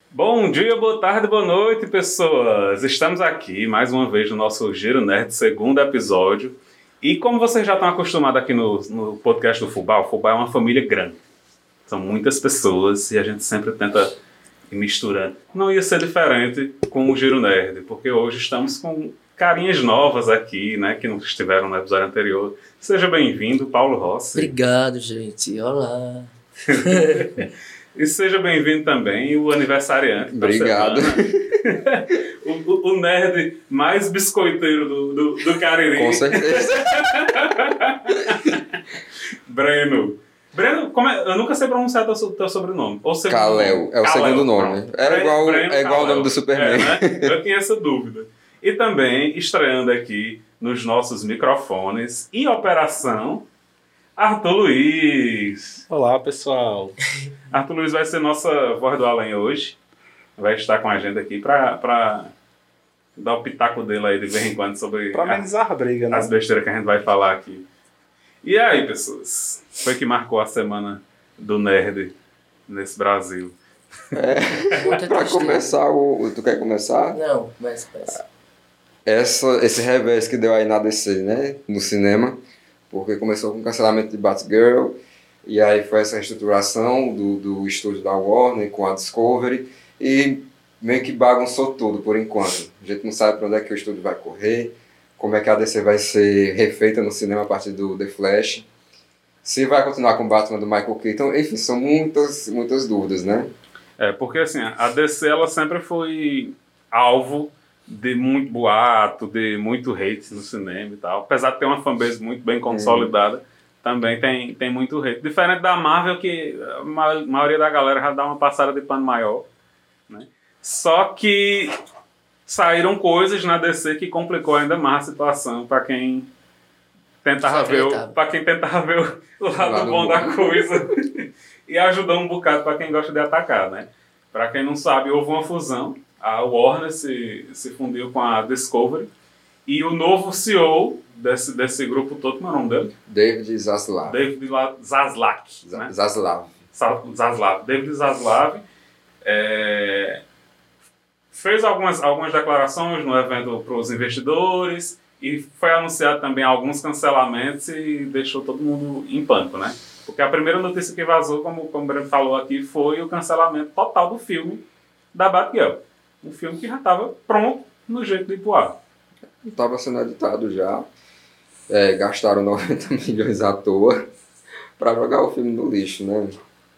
Bom dia, boa tarde, boa noite, pessoas! Estamos aqui mais uma vez no nosso Giro Nerd, segundo episódio. E como vocês já estão acostumados aqui no podcast do Fubá, o Fubá é uma família grande. São muitas pessoas e a gente sempre tenta ir misturando. Não ia ser diferente com o Giro Nerd, porque hoje estamos com carinhas novas aqui, né, que não estiveram no episódio anterior. Seja bem-vindo, Paulo Rossi. Obrigado, gente. Olá. E seja bem-vindo também o aniversariante. Obrigado. o nerd mais biscoiteiro do Cariri. Com certeza. Breno, eu nunca sei pronunciar teu sobrenome. Kalel, é o segundo nome. É igual o nome do Superman. Né? Eu tinha essa dúvida. E também, estreando aqui nos nossos microfones e operação, Arthur Luiz. Olá, pessoal. Arthur Luiz vai ser nossa voz do além hoje. Vai estar com a gente aqui para dar o pitaco dele aí de vez em quando sobre pra amenizar a briga, né? As besteiras que a gente vai falar aqui. E aí, pessoas? Foi que marcou a semana do nerd nesse Brasil. Para começar, tu quer começar? Não, começa. Esse revés que deu aí na DC, né? No cinema. Porque começou com o cancelamento de Batgirl, e aí foi essa reestruturação do estúdio da Warner com a Discovery, e meio que bagunçou tudo por enquanto. A gente não sabe para onde é que o estúdio vai correr, como é que a DC vai ser refeita no cinema a partir do The Flash, se vai continuar com o Batman do Michael Keaton, enfim, são muitas dúvidas, né? Porque assim, a DC ela sempre foi alvo de muito boato, de muito hate no cinema e tal. Apesar de ter uma fanbase muito bem consolidada, também tem muito hate. Diferente da Marvel, que a maioria da galera já dá uma passada de pano maior, né? Só que saíram coisas na DC que complicou ainda mais a situação para quem tentava ver o lado bom da coisa e ajudou um bocado para quem gosta de atacar, né? Para quem não sabe, houve uma fusão. A Warner se fundiu com a Discovery e o novo CEO desse grupo todo, como é o nome dele? David Zaslav. David Zaslav. Né? Zaslav. David Zaslav fez algumas declarações no evento para os investidores e foi anunciado também alguns cancelamentos e deixou todo mundo em pânico, né? Porque a primeira notícia que vazou, como o Breno falou aqui, foi o cancelamento total do filme da Batgirl. Um filme que já estava pronto no jeito de ir pro ar. Estava sendo editado já. Gastaram 90 milhões à toa para jogar o filme no lixo, né?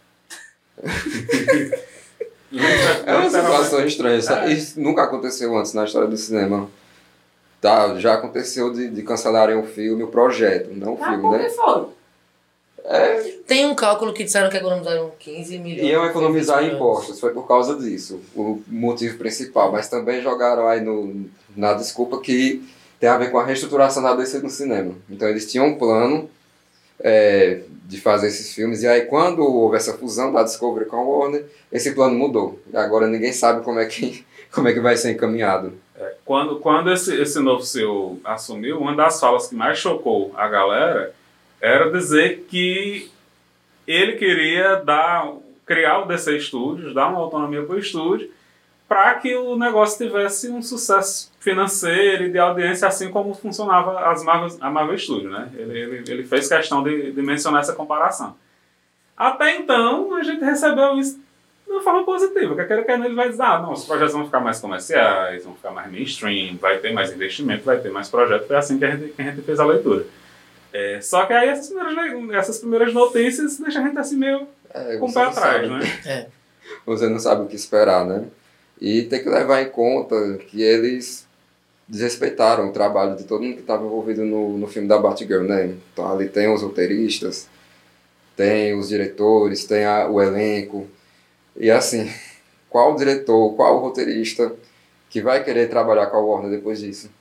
É uma situação estranha. Isso nunca aconteceu antes na história do cinema. Tá, já aconteceu de cancelarem o filme, o projeto, não o filme, né? Tem um cálculo que disseram que economizaram 15 milhões. Iam economizar impostos, foi por causa disso, o motivo principal. Mas também jogaram aí na desculpa que tem a ver com a reestruturação da DC no cinema. Então eles tinham um plano de fazer esses filmes, e aí quando houve essa fusão da Discovery com a Warner, esse plano mudou. E agora ninguém sabe como é que vai ser encaminhado. Quando esse novo CEO assumiu, uma das falas que mais chocou a galera era dizer que ele queria criar o DC Studios, dar uma autonomia para o estúdio, para que o negócio tivesse um sucesso financeiro e de audiência, assim como funcionava a Marvel Studios, né? Ele fez questão de mencionar essa comparação. Até então, a gente recebeu isso de uma forma positiva, que ele vai dizer, não, os projetos vão ficar mais comerciais, vão ficar mais mainstream, vai ter mais investimento, vai ter mais projeto. Foi assim que a gente fez a leitura. Só que aí essas primeiras notícias deixam a gente assim meio com o pé atrás, né? Você não sabe o que esperar, né? E tem que levar em conta que eles desrespeitaram o trabalho de todo mundo que estava envolvido no filme da Batgirl, né? Então ali tem os roteiristas, tem os diretores, tem o elenco. E assim, qual diretor, qual roteirista que vai querer trabalhar com a Warner depois disso?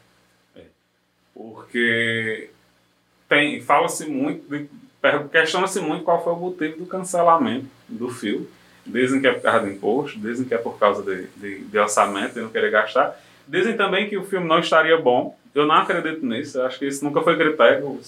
Porque fala-se muito, questiona-se muito qual foi o motivo do cancelamento do filme. Dizem que é por causa do imposto, dizem que é por causa de orçamento, de não querer gastar. Dizem também que o filme não estaria bom. Eu não acredito nisso, eu acho que isso nunca foi critério.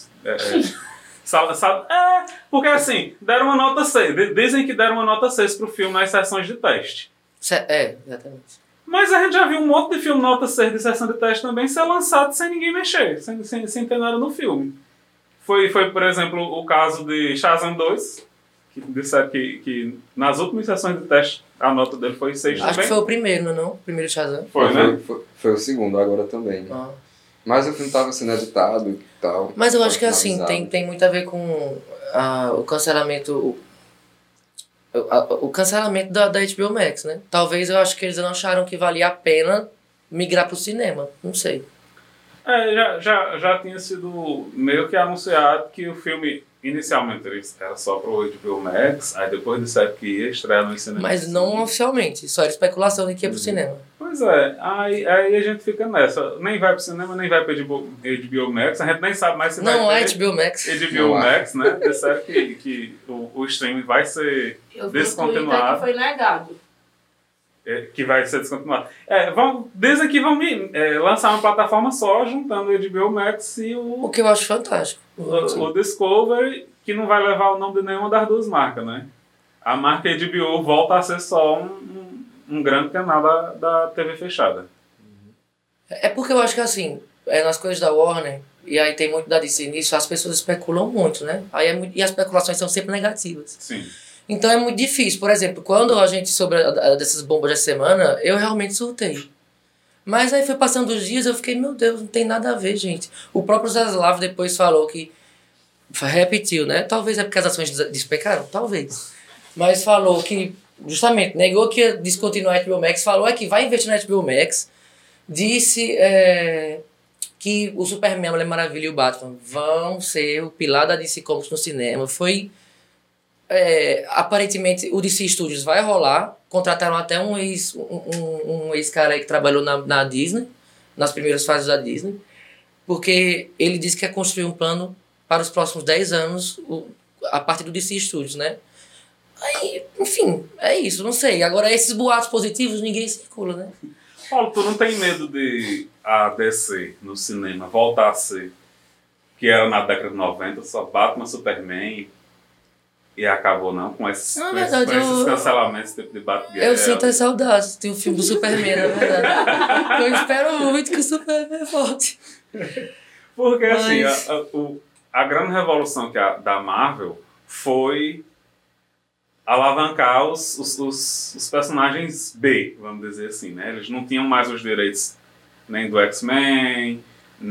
Porque assim, deram uma nota 6. Dizem que deram uma nota 6 pro filme nas sessões de teste. Exatamente. Mas a gente já viu um monte de filme nota 6 de sessão de teste também ser lançado sem ninguém mexer, sem ter nada no filme. Foi, por exemplo, o caso de Shazam 2, que disseram que nas últimas sessões de teste a nota dele foi 6 também. Acho que foi o primeiro, não? O primeiro Shazam. Foi, né? Foi o segundo agora também. Ah. Mas o filme estava sendo editado e tal. Mas eu acho que assim, finalizado. tem muito a ver com o cancelamento. O cancelamento da HBO Max, né? Talvez eu acho que eles não acharam que valia a pena migrar pro cinema. Não sei. Já tinha sido meio que anunciado que o filme inicialmente era só pro HBO Max, aí depois disseram que ia estrear no cinema. Mas não oficialmente, só era especulação de que ia pro cinema. Pois é, aí a gente fica nessa. Nem vai pro cinema, nem vai pro HBO Max, a gente nem sabe mais se Não vai é ter HBO Max. HBO Não há. Max, né? Disseram que o streaming vai ser Eu vi no Twitter descontinuado. que foi negado. Que vai ser descontinuado. Dizem que vão lançar uma plataforma só, juntando o HBO Max e O que eu acho fantástico. o Discovery, que não vai levar o nome de nenhuma das duas marcas, né? A marca HBO volta a ser só um grande canal da TV fechada. É porque eu acho que assim, nas coisas da Warner, e aí tem muito da DC nisso, as pessoas especulam muito, né? E as especulações são sempre negativas. Sim. Então é muito difícil. Por exemplo, quando a gente sobre dessas bombas da semana, eu realmente surtei. Mas aí foi passando os dias, eu fiquei, meu Deus, não tem nada a ver, gente. O próprio Zaslav depois falou que, repetiu, né? Talvez é porque as ações despencaram, talvez. Mas falou que, justamente, negou que ia descontinuar a HBO Max, falou que vai investir na HBO Max, disse que o Superman, a Mulher Maravilha e o Batman vão ser o pilar da DC Comics no cinema. Aparentemente o DC Studios vai rolar. Contrataram até um ex-cara aí que trabalhou na Disney, nas primeiras fases da Disney, porque ele disse que quer construir um plano para os próximos 10 anos a partir do DC Studios, né? Aí, enfim, é isso, não sei. Agora, esses boatos positivos, ninguém circula, né? Paulo, tu não tem medo de a DC no cinema voltar a ser que era na década de 90, só Batman, Superman e acabou não com esses, Na com verdade, esses cancelamentos tipo de Batgirl? Eu sinto as saudades de um filme do Superman, na verdade. Eu espero muito que o Superman volte. Porque Mas- assim, a grande revolução da Marvel foi alavancar os personagens B, vamos dizer assim, né? Eles não tinham mais os direitos nem do X-Men,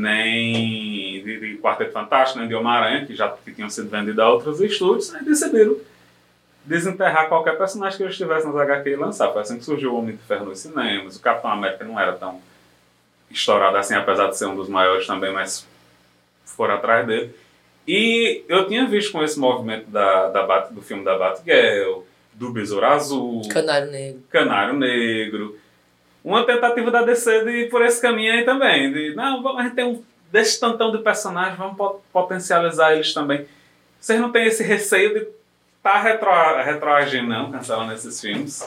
nem de Quarteto Fantástico, nem de Homem-Aranha, que tinham sido vendidos a outros estúdios, aí decidiram desenterrar qualquer personagem que eles tivessem nas HQ e lançar. Foi assim que surgiu o Homem de Ferro nos cinemas. O Capitão América não era tão estourado assim, apesar de ser um dos maiores também, mas foram atrás dele. E eu tinha visto com esse movimento do filme da Batgirl, do Besouro Azul, Canário Negro. uma tentativa da DC de ir por esse caminho aí também. A gente tem desse tantão de personagens, vamos potencializar eles também. Vocês não têm esse receio de estar retroagindo, não, cancelando esses filmes?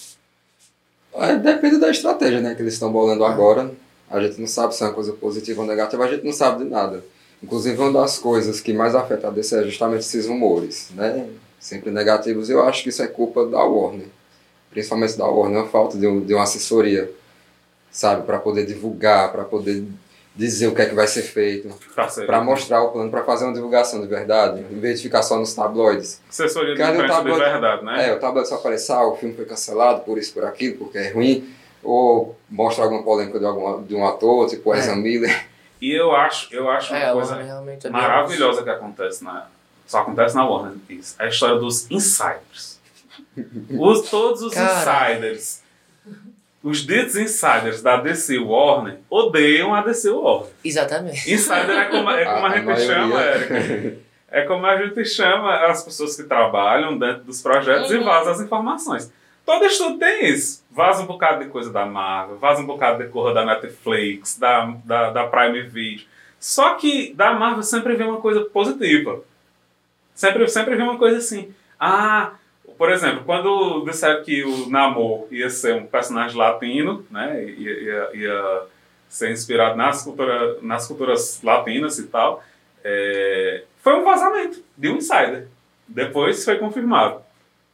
Depende da estratégia, né, que eles estão bolando agora. A gente não sabe se é uma coisa positiva ou negativa, a gente não sabe de nada. Inclusive, uma das coisas que mais afeta a DC é justamente esses rumores, né? Sempre negativos. Eu acho que isso é culpa da Warner. Principalmente da Warner, a falta de uma assessoria, sabe? Para poder divulgar, para poder dizer o que é que vai ser feito, para mostrar o plano, para fazer uma divulgação de verdade, em vez de ficar só nos tabloides. Assessoria de Cadê o imprensa de tabloide? verdade, né? O tabloide só aparece, o filme foi cancelado por isso, por aquilo, porque é ruim, ou mostra alguma polêmica de um ator, tipo Ezra Miller. E eu acho uma coisa realmente é maravilhosa que acontece só acontece na Warner. Isso. É a história dos insiders. Todos os insiders, os ditos insiders da DC Warner, odeiam a DC Warner. Exatamente. Insider é como a gente chama, Érica. É como a gente chama as pessoas que trabalham dentro dos projetos e vazam as informações. Todo estudo tem isso. Vaza um bocado de coisa da Marvel, vaza um bocado de coisa da Netflix, da Prime Video. Só que da Marvel sempre vem uma coisa positiva. Sempre vem uma coisa assim. Por exemplo, quando disseram que o Namor ia ser um personagem latino, né, ia ser inspirado nas culturas latinas e tal, foi um vazamento de um insider. Depois foi confirmado.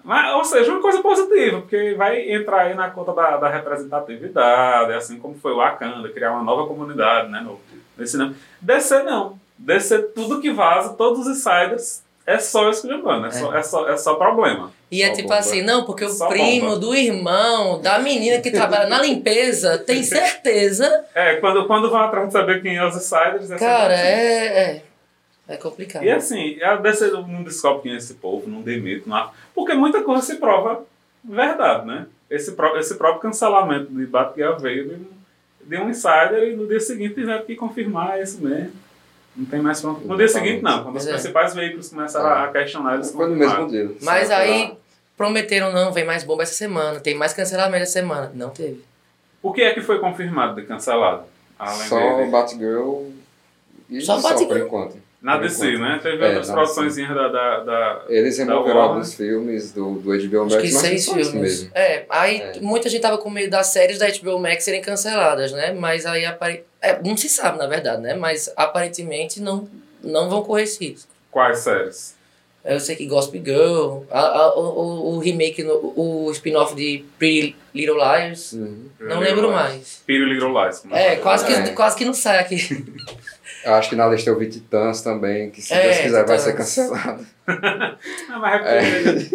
Mas, ou seja, uma coisa positiva, porque vai entrar aí na conta da representatividade, assim como foi o Wakanda, criar uma nova comunidade, né, no cinema. DC não. DC, tudo que vaza, todos os insiders, é só esculhambando, é só problema. E é Só tipo bomba. assim, não, porque o Só primo bomba. do irmão, da menina que trabalha na limpeza, tem certeza. Quando vão atrás de saber quem é os insiders, é Cara, sempre assim. é complicado. E assim, a DC não descobre quem é esse povo, não demite, porque muita coisa se prova verdade, né? Esse próprio cancelamento de Batgirl veio de um insider e no dia seguinte tiveram que confirmar isso mesmo. Não tem mais pronto. No dia seguinte, não. Quando os principais veículos começaram a questionar, eles Foi no confirmaram. mesmo dia. Mas Será que aí prometeram, não, vem mais bomba essa semana, tem mais cancelamento essa semana. Não teve. O que é que foi confirmado de cancelado? Além Só dele? Batgirl e Só só Batgirl. por enquanto. Na Por DC, enquanto. né? Teve É, outras na produções da Eles da removeram Warner. alguns filmes do HBO Max, Acho que mas 6 só isso filmes. mesmo. Aí É. muita gente tava com medo das séries da HBO Max serem canceladas, né? Mas aí não se sabe, na verdade, né? Mas aparentemente não vão correr esse risco. Quais séries? Eu sei que Gossip Girl, o remake, o spin-off de Pretty Little Liars, Uhum. não lembro mais. Pretty Little Lies. como eu falei. É. Quase que não sai aqui. Eu acho que na lista eu vi Titãs também, que se É, Deus quiser vai Titãs. ser cancelado. Não, mas é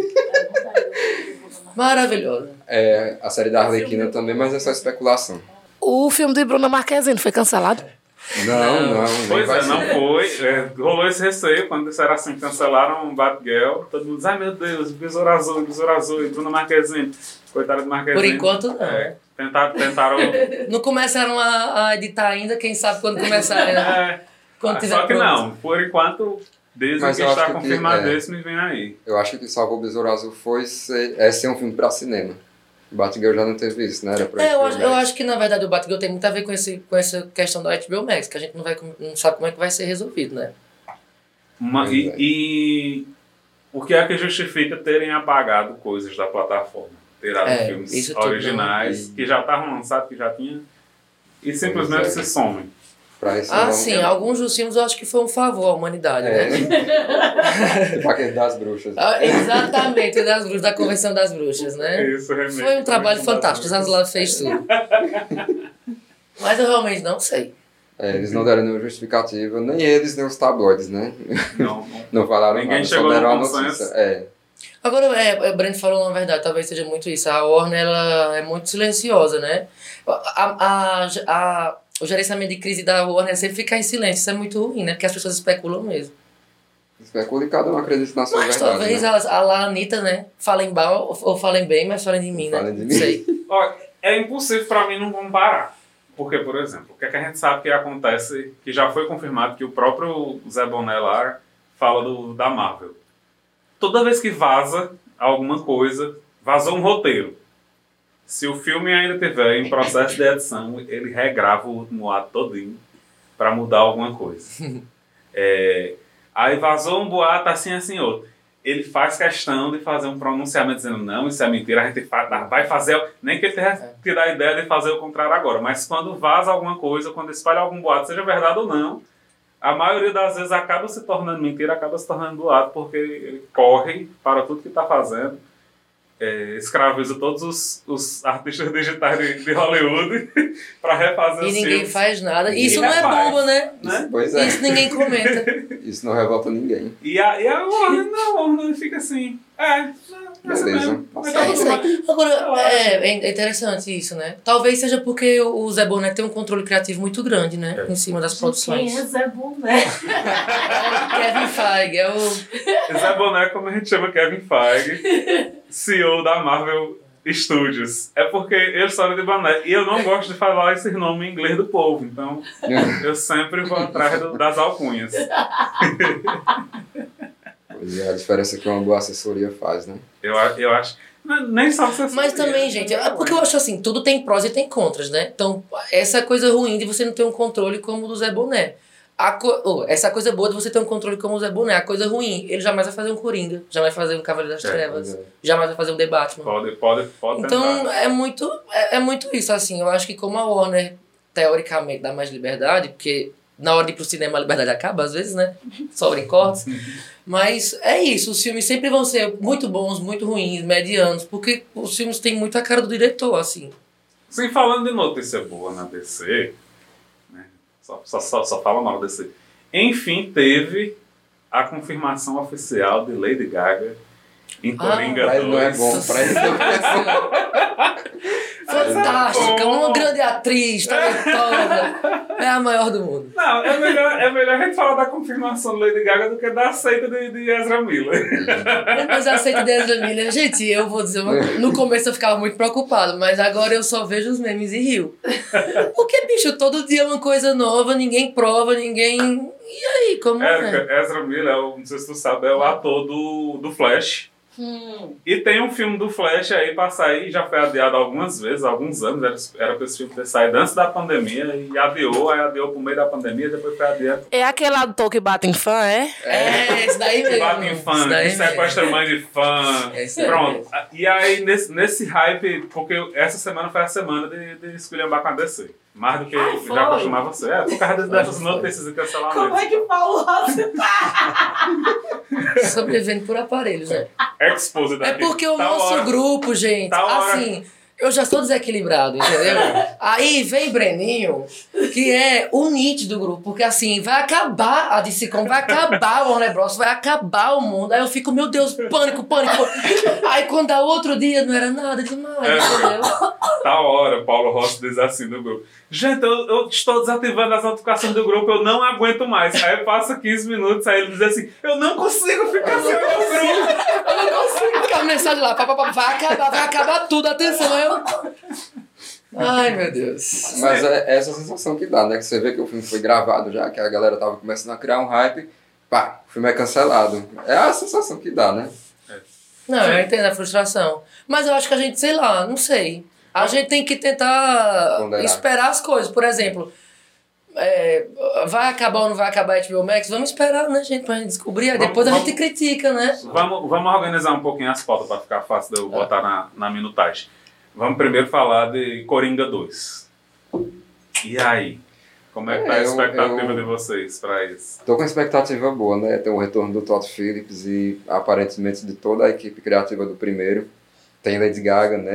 Maravilhoso. É, a série da Arlequina também, mas é só especulação. O filme de Bruna Marquezine foi cancelado? Não, nem Pois vai é, não ser. foi. Rolou esse receio quando disseram assim, cancelaram Batgirl. Todo mundo diz, ai meu Deus, Besouro Azul, e Bruna Marquezine. Coitada de Marquezine. Por enquanto, não. Tentaram... Não começaram a editar ainda, quem sabe quando começarem, né? Quando tiver só que pronto. não, por enquanto, desde Mas que eu está acho que confirmado é. esse, me vem aí. Eu acho que o que salvou o Besouro Azul foi ser um filme pra cinema. Batgirl já não teve isso, né? Era pra Eu HBO Max. acho que na verdade o Batgirl tem muito a ver com essa questão da HBO Max, que a gente não sabe como é que vai ser resolvido, né? E o que é que justifica terem apagado coisas da plataforma? Tirado filmes isso tudo, originais né? que já estavam lançados, que já tinha, e simplesmente Pois é. se somem. Pra isso Ah, não- sim, alguns dos filmes eu acho que foi um favor à humanidade, né? Tipo aquele das bruxas. Exatamente, das bruxas, da Convenção das Bruxas, né? Isso, remake. Foi um trabalho fantástico, Zaslav fez tudo. Mas eu realmente não sei. Eles não deram nenhuma justificativa, nem eles, nem os tabloides, né? Não. Não falaram Ninguém nada, chegou só deram no a consenso. notícia. Agora, o Brent falou uma verdade, talvez seja muito isso. A Warner, ela é muito silenciosa, né? O gerenciamento de crise da Warner sempre fica em silêncio. Isso é muito ruim, né? Porque as pessoas especulam mesmo. Especula e cada um acredita na sua Mas verdade. talvez né? a Anitta, né? Falem mal ou falem bem, mas falem de mim, né? Falem de Não mim. sei. Ó, é impossível para mim não comparar. Porque, por exemplo, o que, é que a gente sabe que acontece, que já foi confirmado que o próprio Zé Boné lá fala da Marvel. Toda vez que vaza alguma coisa, vazou um roteiro. Se o filme ainda estiver em processo de edição, ele regrava o último ato todinho para mudar alguma coisa. Aí vazou um boato assim, outro. Ele faz questão de fazer um pronunciamento dizendo, não, isso é mentira, a gente vai fazer... Nem que ele tenha tido a ideia de fazer o contrário agora, mas quando vaza alguma coisa, quando espalha algum boato, seja verdade ou não, a maioria das vezes acaba se tornando mentira, acaba se tornando boato, porque ele corre para tudo que está fazendo, escraviza todos os artistas digitais de Hollywood para refazer E os ninguém filmes. faz nada. E Isso não é refaz. bomba, né? Né? Pois é, Isso ninguém comenta. isso não revolta ninguém. E a Warner, não, a Warner fica assim, essa Beleza. mesmo. Mas É tá É tudo isso aí. bem. Agora, Eu acho. é interessante isso, né? Talvez seja porque o Zé Boné tem um controle criativo muito grande, né? Em cima das Quem produções. é Zé Boné? Kevin Feige é o... Zé Boné, como a gente chama Kevin Feige, CEO da Marvel Studios. É porque ele só de boné. E eu não gosto de falar esse nome em inglês do povo, então eu sempre vou atrás das alcunhas. Pois é, a diferença que uma boa assessoria faz, né? Eu acho. Nem só você Mas também, gente, é porque eu acho assim, tudo tem prós e tem contras, né? Então, essa coisa ruim de você não ter um controle como o do Zé Boné. Essa coisa boa de você ter um controle como o Zé Boné. A coisa ruim, ele jamais vai fazer um Coringa, jamais vai fazer um Cavaleiro das Trevas, pois é. jamais vai fazer um The Batman. Pode Então, tentar. é muito isso, assim. Eu acho que como a Warner, teoricamente, dá mais liberdade, porque na hora de ir pro cinema a liberdade acaba, às vezes, né? Sobra em cortes. Mas é isso, os filmes sempre vão ser muito bons, muito ruins, medianos, porque os filmes têm muito a cara do diretor, assim. Sim, falando de notícia boa na DC, né? Só fala mal DC. Enfim, teve a confirmação oficial de Lady Gaga em Coringa Pra 2. ele não é bom, pra ele não é bom. Fantástica, uma grande atriz, talentosa. É a maior do mundo. Não, é melhor a gente falar da confirmação de Lady Gaga do que da aceita de Ezra Miller. Mas a aceita de Ezra Miller, gente, eu vou dizer, no começo eu ficava muito preocupado, mas agora eu só vejo os memes e rio. Porque, bicho, todo dia é uma coisa nova, ninguém prova, ninguém... E aí, como é? Ezra Miller, não sei se tu sabe, é o ator do Flash. E tem um filme do Flash aí pra sair, já foi adiado algumas vezes, alguns anos, era pra esse filme ter saído antes da pandemia e adiou pro meio da pandemia, depois foi adiado. É aquele ator que bate em fã, é? É, esse daí mesmo. Bate em fã, que sequestra mãe de fã. Pronto. E aí, nesse hype, porque essa semana foi a semana de esculhambar com a DC. Mais do que já costumava ser. Por causa dessas notícias de cancelamento. Como é que Paulo Rossi tá? Sobrevivendo por aparelhos, né? Exposed É aqui. porque o nosso grupo, gente, assim, eu já estou desequilibrado, entendeu? Aí vem Breninho, que é o Nietzsche do grupo, porque assim, vai acabar a DC Comics, vai acabar o Warner Bros, vai acabar o mundo. Aí eu fico, meu Deus, pânico. Aí quando dá outro dia, não era nada demais, entendeu? Tá hora, Paulo Rossi diz assim no grupo. Gente, eu estou desativando as notificações do grupo, eu não aguento mais. Aí passa 15 minutos, aí ele diz assim, eu não consigo ficar sem o grupo. Eu não consigo ficar a mensagem lá, vai acabar tudo, atenção, Ai, meu Deus. Mas é essa sensação que dá, né? Que você vê que o filme foi gravado já, que a galera tava começando a criar um hype, pá, o filme é cancelado. É a sensação que dá, né? Não, eu entendo a frustração. Mas eu acho que a gente, sei lá, não sei. A gente tem que tentar Ponderar. esperar as coisas. Por exemplo, vai acabar ou não vai acabar a HBO Max? Vamos esperar, né, gente, pra gente descobrir. Aí depois a gente critica, né? Vamos organizar um pouquinho as pautas para ficar fácil de eu botar na minutagem. Vamos primeiro falar de Coringa 2. E aí? Como é que tá a expectativa de vocês para isso? Tô com expectativa boa, né? Tem o retorno do Todd Phillips e aparentemente de toda a equipe criativa do primeiro. Tem Lady Gaga, né?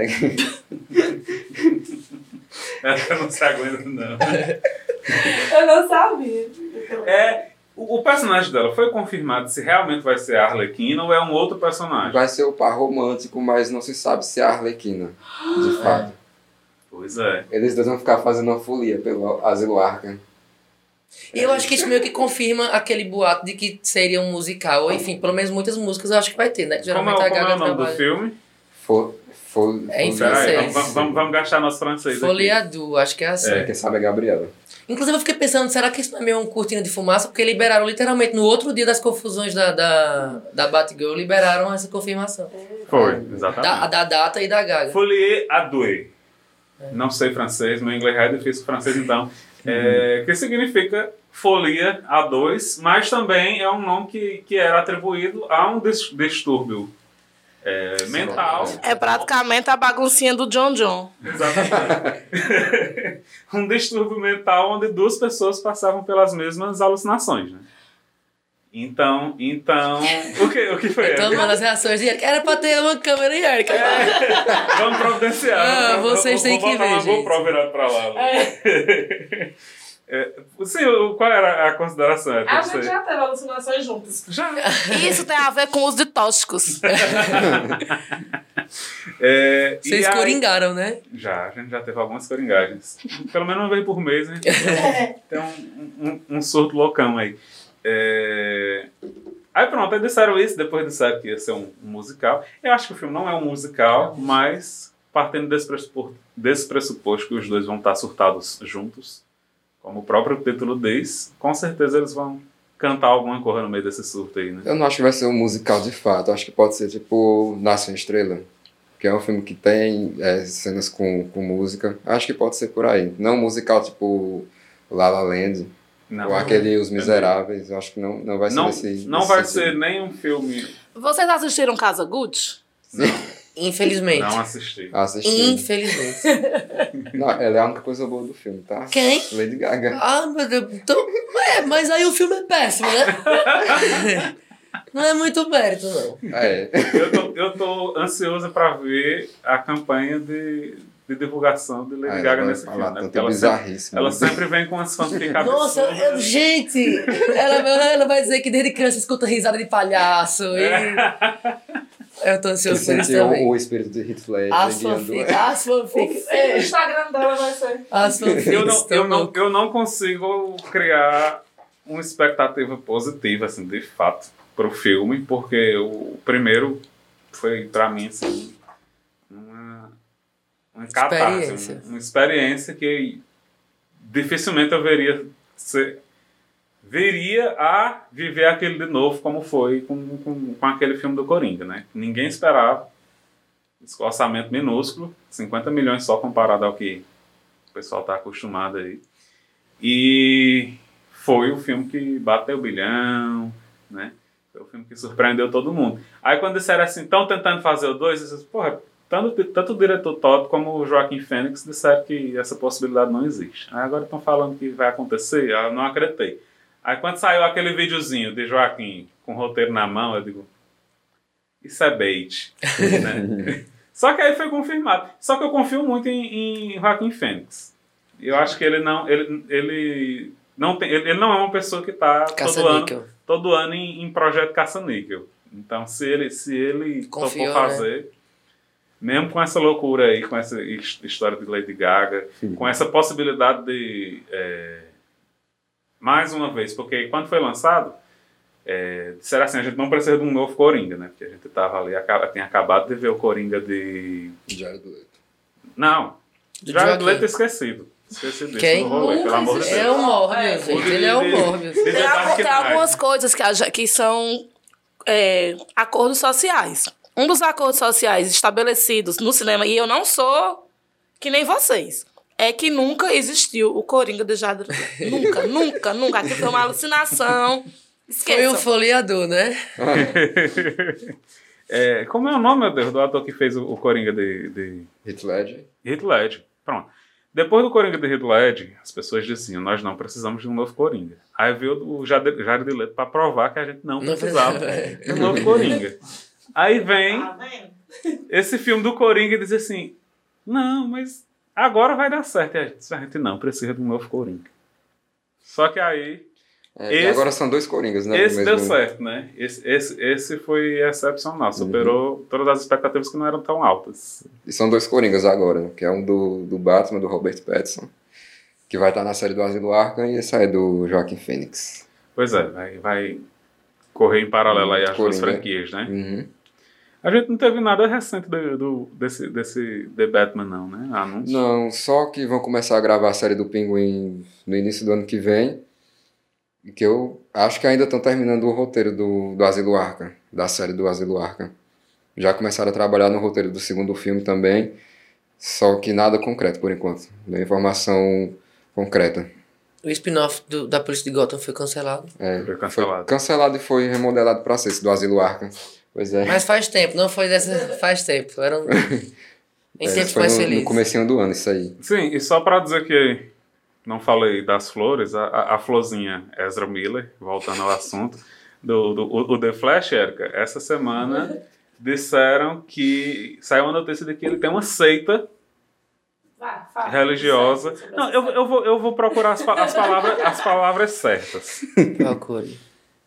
Eu não se aguento, não. Eu não sabia. O personagem dela foi confirmado se realmente vai ser a Arlequina ou é um outro personagem? Vai ser o par romântico, mas não se sabe se é a Arlequina, de fato. Pois é. Eles dois vão ficar fazendo uma folia pelo Asilo Arkham. E eu acho que isso meio que confirma aquele boato de que seria um musical. Ou enfim, pelo menos muitas músicas eu acho que vai ter, né? Que Como geralmente é a o Gaga nome trabalha. do filme? É em Peraí, francês. vamos gastar nosso francês aqui. Foliadu, acho que é assim. Quem sabe é a Gabriela. Inclusive eu fiquei pensando, será que isso não é meio um cortina de fumaça? Porque liberaram literalmente no outro dia das confusões da Batgirl, liberaram essa confirmação. Foi, exatamente. Da data e da Gaga. Folie à deux. Não sei francês, meu inglês é difícil francês então. Que significa folia a dois, mas também é um nome que era atribuído a um distúrbio mental. É praticamente a baguncinha do John John. Exatamente. Um distúrbio mental onde duas pessoas passavam pelas mesmas alucinações, né? Então, o que foi? Então, uma das reações de Erika, era pra ter uma câmera em Erika. Vamos providenciar. Vocês têm que ver, Vou gente. botar uma virado pra lá. Sim, qual era a consideração? A gente já teve alucinações juntas. Já. Isso tem a ver com os de tóxicos. Vocês coringaram, né? A gente já teve algumas coringagens. Pelo menos uma vez por mês, né? Tem um surto loucão aí. Aí pronto, aí disseram isso, depois disseram que ia ser um musical. Eu acho que o filme não é um musical, mas partindo desse pressuposto que os dois vão estar surtados juntos, como o próprio título diz, com certeza eles vão cantar alguma coisa no meio desse surto aí, né? Eu não acho que vai ser um musical de fato. Eu acho que pode ser tipo Nasce uma Estrela, que é um filme que tem cenas com música. Eu acho que pode ser por aí. Não um musical tipo La La Land. Não, Ou aquele Os Miseráveis. Eu acho que não vai ser não, nesse não vai sentido. ser nem um filme. Vocês assistiram Casa Gucci? Infelizmente. Não assisti. Assistir. Infelizmente. Não, ela é a única coisa boa do filme, tá? Quem? Lady Gaga. Ah, meu Deus. Então, mas aí o filme é péssimo, né? Não é muito mérito, não. É. Eu tô ansioso pra ver a campanha de divulgação de Lady Ela Gaga vai nesse falar filme, né? tanta Porque bizarrice, ela meu sempre vem com as fanfic Nossa, absurdas. gente, ela vai dizer que desde criança escuta risada de palhaço. Eu tô Que ansioso por isso sentiu também. o espírito de Heath Ledger. As guiando- fanfics. O Instagram dela vai ser. As fanfics. Eu não consigo criar uma expectativa positiva, assim, de fato, pro filme, porque o primeiro foi, pra mim, assim, uma catarse, Experiência. uma experiência que dificilmente eu viria a viver aquele de novo, como foi com aquele filme do Coringa, né? Ninguém esperava. Esse orçamento minúsculo, 50 milhões só comparado ao que o pessoal está acostumado aí. E foi o filme que bateu o bilhão, né? Foi o filme que surpreendeu todo mundo. Aí quando disseram assim, estão tentando fazer o 2, eu disse, porra, tanto o diretor Todd como o Joaquim Fênix disseram que essa possibilidade não existe. Aí agora estão falando que vai acontecer, eu não acreditei. Aí quando saiu aquele videozinho de Joaquim com o roteiro na mão, eu digo, isso é bait. Né? Só que aí foi confirmado. Só que eu confio muito em Joaquim Fênix. Eu acho que ele não é uma pessoa que está todo ano em projeto caça-níquel. Então, se ele Confiou, topou fazer, mesmo com essa loucura aí, com essa história de Lady Gaga, com essa possibilidade de... mais uma vez, porque quando foi lançado, disseram assim, a gente não precisa de um novo Coringa, né? Porque a gente tava ali, tinha acabado de ver o Coringa de... Jared Leto. Não, Do Jared Joaquim. Leto esqueci disso Quem? no rolê, pelo amor de Deus. É um Morbius, gente. Ele é um Morbius. De The Dark Tem Knight. algumas coisas que são acordos sociais. Um dos acordos sociais estabelecidos no cinema, e eu não sou que nem vocês, é que nunca existiu o Coringa de Jared Leto. Nunca. Aquilo foi uma alucinação. Foi Esqueçam. um folheador, né? Como é o nome, meu Deus, do ator que fez o Coringa de Heath Ledger. Heath Ledger? Pronto. Depois do Coringa de Heath Ledger, as pessoas diziam, nós não precisamos de um novo Coringa. Aí veio o Jared Leto para provar que a gente não precisava de um novo Coringa. Aí vem Tá vendo? esse filme do Coringa e diz assim, não, mas agora vai dar certo. E a gente não precisa de um novo Coringa. Só que aí... E agora são dois Coringas, né? Esse do deu mesmo- certo, né? Esse foi excepcional. Superou todas as expectativas que não eram tão altas. E são dois Coringas agora, né? Que é um do Batman, do Robert Pattinson, que vai estar na série do Asilo Arkham, e esse aí é do Joaquim Phoenix. Pois é, vai correr em paralelo aí as duas Coringa. franquias, né? Uhum. A gente não teve nada recente desse The Batman, não, né? Anúncio. Não, só que vão começar a gravar a série do Pinguim no início do ano que vem, que eu acho que ainda estão terminando o roteiro do Asilo Arkham, da série do Asilo Arkham. Já começaram a trabalhar no roteiro do segundo filme também, só que nada concreto por enquanto. Não é informação concreta. O spin-off da Polícia de Gotham foi cancelado. Foi cancelado. Foi cancelado e foi remodelado para ser esse do Asilo Arkham. Pois é. Mas faz tempo, não foi dessa... Faz tempo. Era em tempos foi mais no felizes. comecinho do ano isso aí. Sim, e só pra dizer que não falei das flores, a florzinha Ezra Miller, voltando ao assunto, o The Flash, Erika, essa semana disseram que saiu uma notícia de que ele tem uma seita Vai, fala. religiosa. Sobre Não, essa série. eu vou procurar as palavras certas. Procure.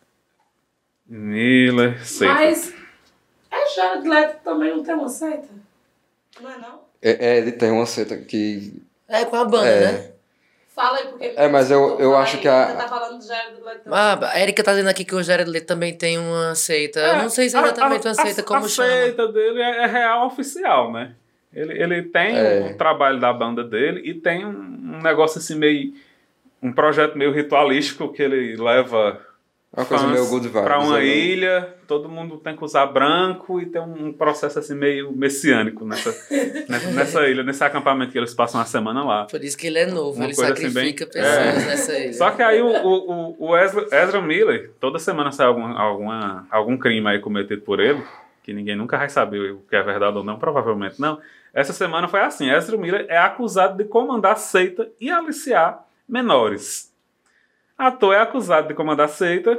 Miller, seita. Mas Jared Leto também não tem uma seita? Não é não? Ele tem uma seita que... É com a banda, É. né? Fala aí, porque... mas eu acho que a... Você tá falando de Jared Leto. A Erika tá dizendo aqui que o Jared Leto também tem uma seita. Eu não sei se é exatamente uma seita, como a chama. seita dele é real oficial, né? Ele tem o trabalho da banda dele e tem um negócio assim meio... Um projeto meio ritualístico que ele leva... Uma coisa meio good vibes. Pra uma né? ilha, todo mundo tem que usar branco e tem um processo assim meio messiânico nessa ilha, nesse acampamento que eles passam a semana lá. Por isso que ele é novo, Uma ele coisa assim sacrifica bem- pessoas nessa ilha. Só que aí o Ezra Miller, toda semana sai algum crime aí cometido por ele, que ninguém nunca vai saber o que é verdade ou não, provavelmente não. Essa semana foi assim, Ezra Miller é acusado de comandar seita e aliciar menores. Ator é acusado de comandar seita...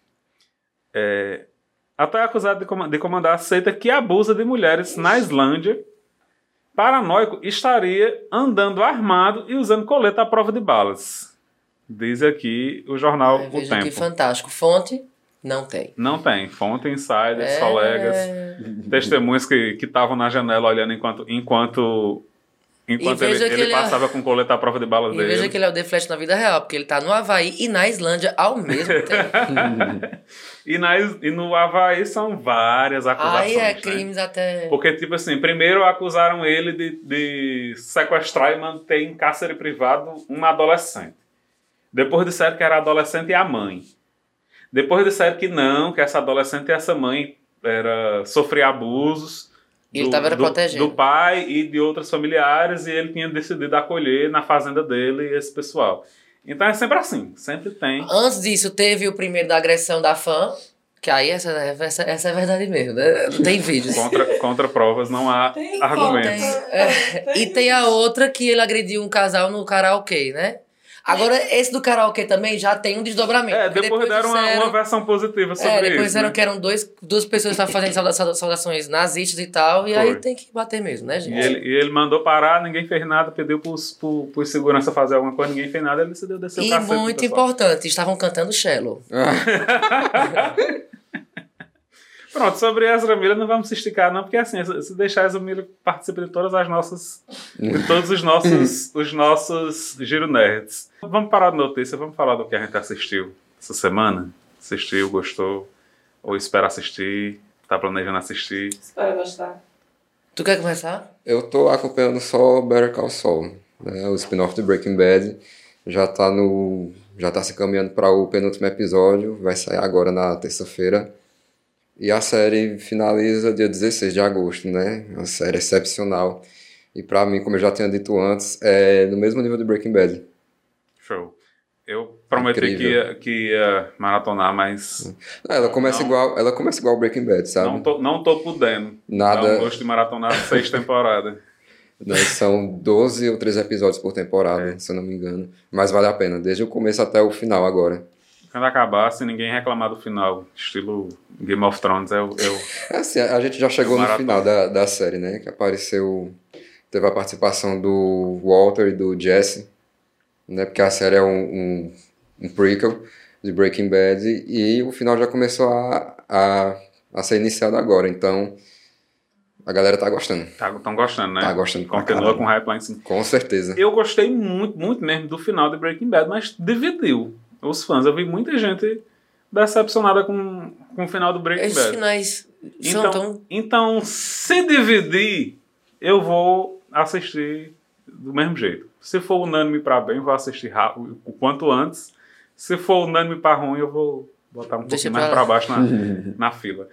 Ator é acusado de comandar a seita que abusa de mulheres na Islândia. Paranoico estaria andando armado e usando colete à prova de balas. Diz aqui o jornal O Veja que Tempo. fantástico. Fonte, não tem. Não tem. Fonte, insiders, colegas, testemunhas que estavam na janela olhando enquanto ele passava com colete à prova de balas E dele. veja que ele é o The Flash na vida real, porque ele tá no Havaí e na Islândia ao mesmo tempo. E no Havaí são várias acusações. Aí é né? crimes até... Porque, tipo assim, primeiro acusaram ele de sequestrar e manter em cárcere privado uma adolescente. Depois disseram que era a adolescente e a mãe. Depois disseram que não, que essa adolescente e essa mãe sofria abusos E ele tava protegendo. do pai e de outros familiares, e ele tinha decidido acolher na fazenda dele esse pessoal. Então é sempre assim, sempre tem. Antes disso, teve o primeiro da agressão da fã, que aí essa é a verdade mesmo, né? Tem vídeos. Contra provas não há Tem argumentos. E tem a outra que ele agrediu um casal no karaokê, né? Agora, esse do karaokê também já tem um desdobramento. porque Depois deram uma versão positiva sobre isso. depois disseram né? que eram duas pessoas que estavam fazendo saudações nazistas e tal, e Foi. aí tem que bater mesmo, né, gente? E ele mandou parar, ninguém fez nada, pediu por segurança fazer alguma coisa, ninguém fez nada, ele decidiu descer o E cacete. muito pessoal. importante, estavam cantando Shallow. Pronto, sobre Ezra Miller não vamos se esticar não, porque assim, se deixar Ezra Miller participa de todas as nossas, de todos os nossos Giro Nerds. Vamos parar de notícia, vamos falar do que a gente assistiu essa semana. Assistiu, gostou, ou espera assistir, tá planejando assistir. Espero gostar. Tu quer começar? Eu tô acompanhando só Better Call Saul, né? O spin-off de Breaking Bad. Já tá se caminhando para o penúltimo episódio, vai sair agora na terça-feira. E a série finaliza dia 16 de agosto, né? Uma série excepcional. E pra mim, como eu já tinha dito antes, é no mesmo nível de Breaking Bad. Show. Eu prometi Incrível. que ia maratonar, mas Ela começa Não. igual Breaking Bad, sabe? não tô podendo. Nada. Não gosto de maratonar 6 temporadas. Né? São 12 ou 13 episódios por temporada, se eu não me engano. Mas vale a pena, desde o começo até o final agora. Quando acabar, se ninguém reclamar do final, estilo Game of Thrones, eu Assim, a gente já chegou no Maratona. final da série, né? Que apareceu... Teve a participação do Walter e do Jesse, né? Porque a série é um prequel de Breaking Bad e o final já começou a ser iniciado agora. Então, a galera tá gostando. estão gostando, né? Tá gostando pra Continua caralho. com hype lá em cima. Com certeza. Eu gostei muito, muito mesmo do final de Breaking Bad, mas dividiu os fãs. Eu vi muita gente decepcionada com o final do Breaking Esses Bad. finais são tão... Então, se dividir, eu vou assistir do mesmo jeito. Se for unânime pra bem, eu vou assistir rápido, o quanto antes. Se for unânime pra ruim, eu vou botar um Deixa pouquinho mais pra pra lá. baixo na fila.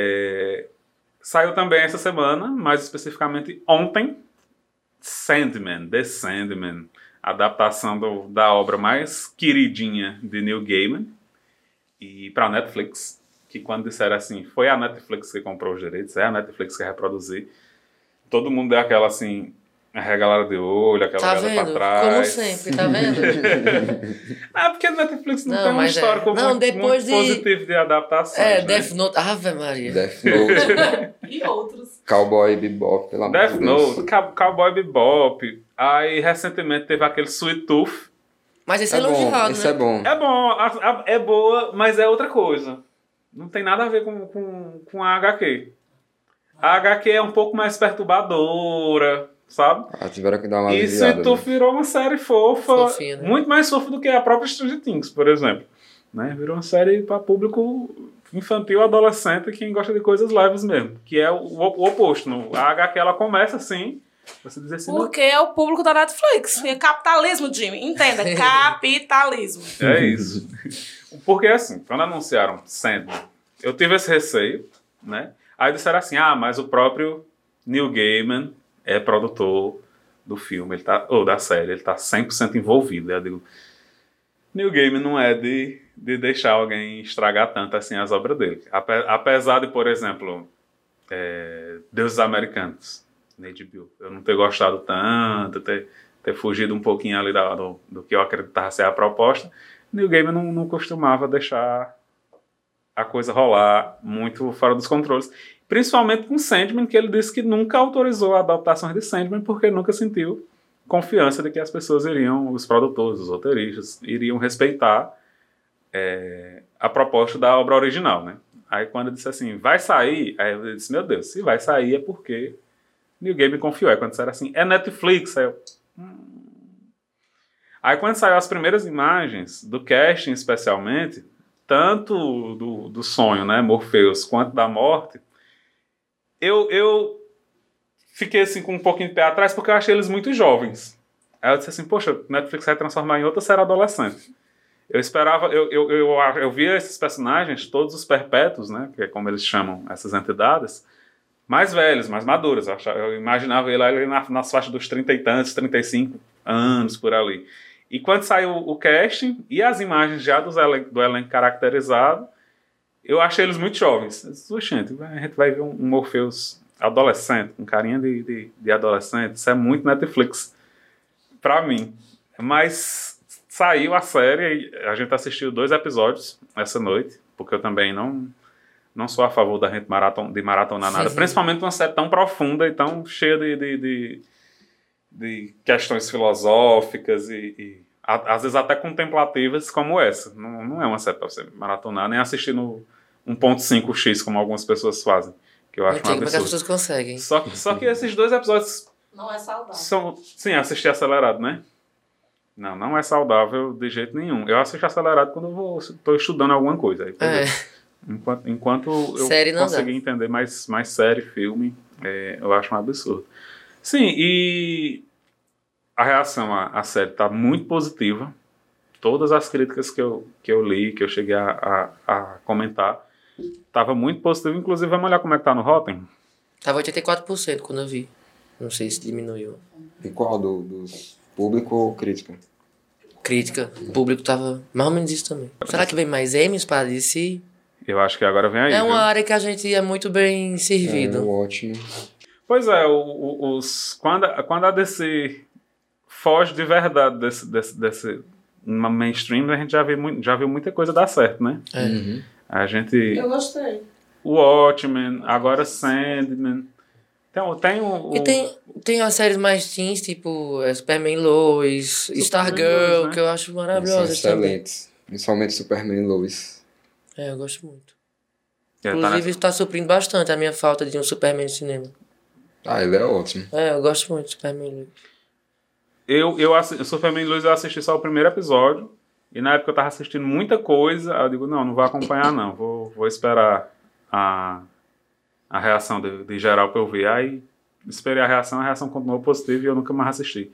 Saiu também essa semana, mais especificamente ontem, Sandman, The Sandman, adaptação da obra mais queridinha de Neil Gaiman, e para Netflix, que quando disseram assim, foi a Netflix que comprou os direitos, é a Netflix que reproduzir, todo mundo deu aquela assim, arregalada de olho, aquela Tá olhada pra vendo? trás. Como sempre, tá vendo? Porque a Netflix não Não, tem um mas histórico não, muito, depois muito de- positivo de adaptações. É, né? Death Note... Ave Maria. Death Note, E outros. Cowboy Bebop, pelo amor Death de Deus. Note, Cowboy Bebop, aí recentemente teve aquele Sweet Tooth. Mas esse é É bom, elogiado, esse né? é bom. É bom, é boa, mas é outra coisa. Não tem nada a ver com a HQ. A HQ é um pouco mais perturbadora, sabe? Tiveram que dar uma E aliviada. Sweet Tooth virou uma série fofa, Fofinha, né? muito mais fofa do que a própria Stranger Things, por exemplo. Né? Virou uma série para público infantil, adolescente, quem gosta de coisas leves mesmo. Que é o oposto. A HQ ela começa assim, você diz assim, Porque é o público da Netflix. É capitalismo, Jimmy. Entenda, capitalismo. é isso. Porque assim, quando anunciaram Sandman, eu tive esse receio, né? Aí disseram assim, mas o próprio Neil Gaiman é produtor do filme, ou da série, ele tá 100% envolvido. Eu digo, Neil Gaiman não é de deixar alguém estragar tanto assim as obras dele. Apesar de, por exemplo, Deuses Americanos, na HBO. Eu não ter gostado tanto, ter fugido um pouquinho ali do que eu acreditava ser a proposta. Neil Gaiman não costumava deixar a coisa rolar muito fora dos controles. Principalmente com Sandman, que ele disse que nunca autorizou adaptações de Sandman porque nunca sentiu confiança de que as pessoas os produtores, os roteiristas, iriam respeitar a proposta da obra original, né? Aí quando eu disse assim, vai sair, aí eu disse, meu Deus, se vai sair é porque Neil Gaiman confiou. Aí quando disseram assim, é Netflix, aí eu... Aí quando saiu as primeiras imagens do casting especialmente, tanto do sonho, né, Morpheus, quanto da morte, eu fiquei assim com um pouquinho de pé atrás porque eu achei eles muito jovens. Aí eu disse assim, poxa, Netflix vai transformar em outra série adolescente. Eu esperava, eu via esses personagens, todos os perpétuos, né, que é como eles chamam essas entidades, mais velhos, mais maduros. Eu imaginava ele ali nas faixas dos 30 e tantos, 35 anos, por ali. E quando saiu o casting e as imagens já do elenco caracterizado, eu achei eles muito jovens. Eu disse, gente, a gente vai ver um Morpheus adolescente, um carinha de adolescente. Isso é muito Netflix pra mim. Mas saiu a série, a gente assistiu 2 episódios essa noite, porque eu também não sou a favor da gente maratonar nada, principalmente uma série tão profunda e tão cheia de questões filosóficas e às vezes até contemplativas como essa. Não é uma série para você maratonar, nem assistir no 1.5x como algumas pessoas fazem, que eu acho um absurdo. Como é que as pessoas conseguem? Só que esses 2 episódios Não é saudável. sim, assistir acelerado, né? Não é saudável de jeito nenhum. Eu assisto acelerado quando estou estudando alguma coisa. Aí, enquanto eu conseguir entender mais série, filme, eu acho um absurdo. Sim, e a reação à série está muito positiva. Todas as críticas que eu li, que eu cheguei a comentar, estava muito positivo. Inclusive, vamos olhar como é que tá no Rotten. Tava 84% quando eu vi. Não sei se diminuiu. E qual dos público ou crítica? Crítica. O público tava mais ou menos isso também. Será que vem mais Emmys para DC? Eu acho que agora vem aí. É uma área que a gente é muito bem servido. Ótimo. Pois é, quando a DC foge de verdade desse mainstream, a gente já viu muita coisa dar certo, né? Uhum. A gente... Eu gostei. O Watchmen, agora Sandman. Tem as séries mais teens, tipo Superman Lois, Stargirl, né? que eu acho São maravilhosas também. excelentes. Principalmente Superman e Lois. Eu gosto muito. Tá Inclusive, está suprindo bastante a minha falta de um Superman no cinema. Ele é ótimo. Eu gosto muito de Superman Lois. Superman Lois eu assisti só o primeiro episódio. E na época eu tava assistindo muita coisa. Aí eu digo, não vou acompanhar não. Vou esperar a reação de geral pra eu ver. Aí esperei a reação continuou positiva e eu nunca mais assisti.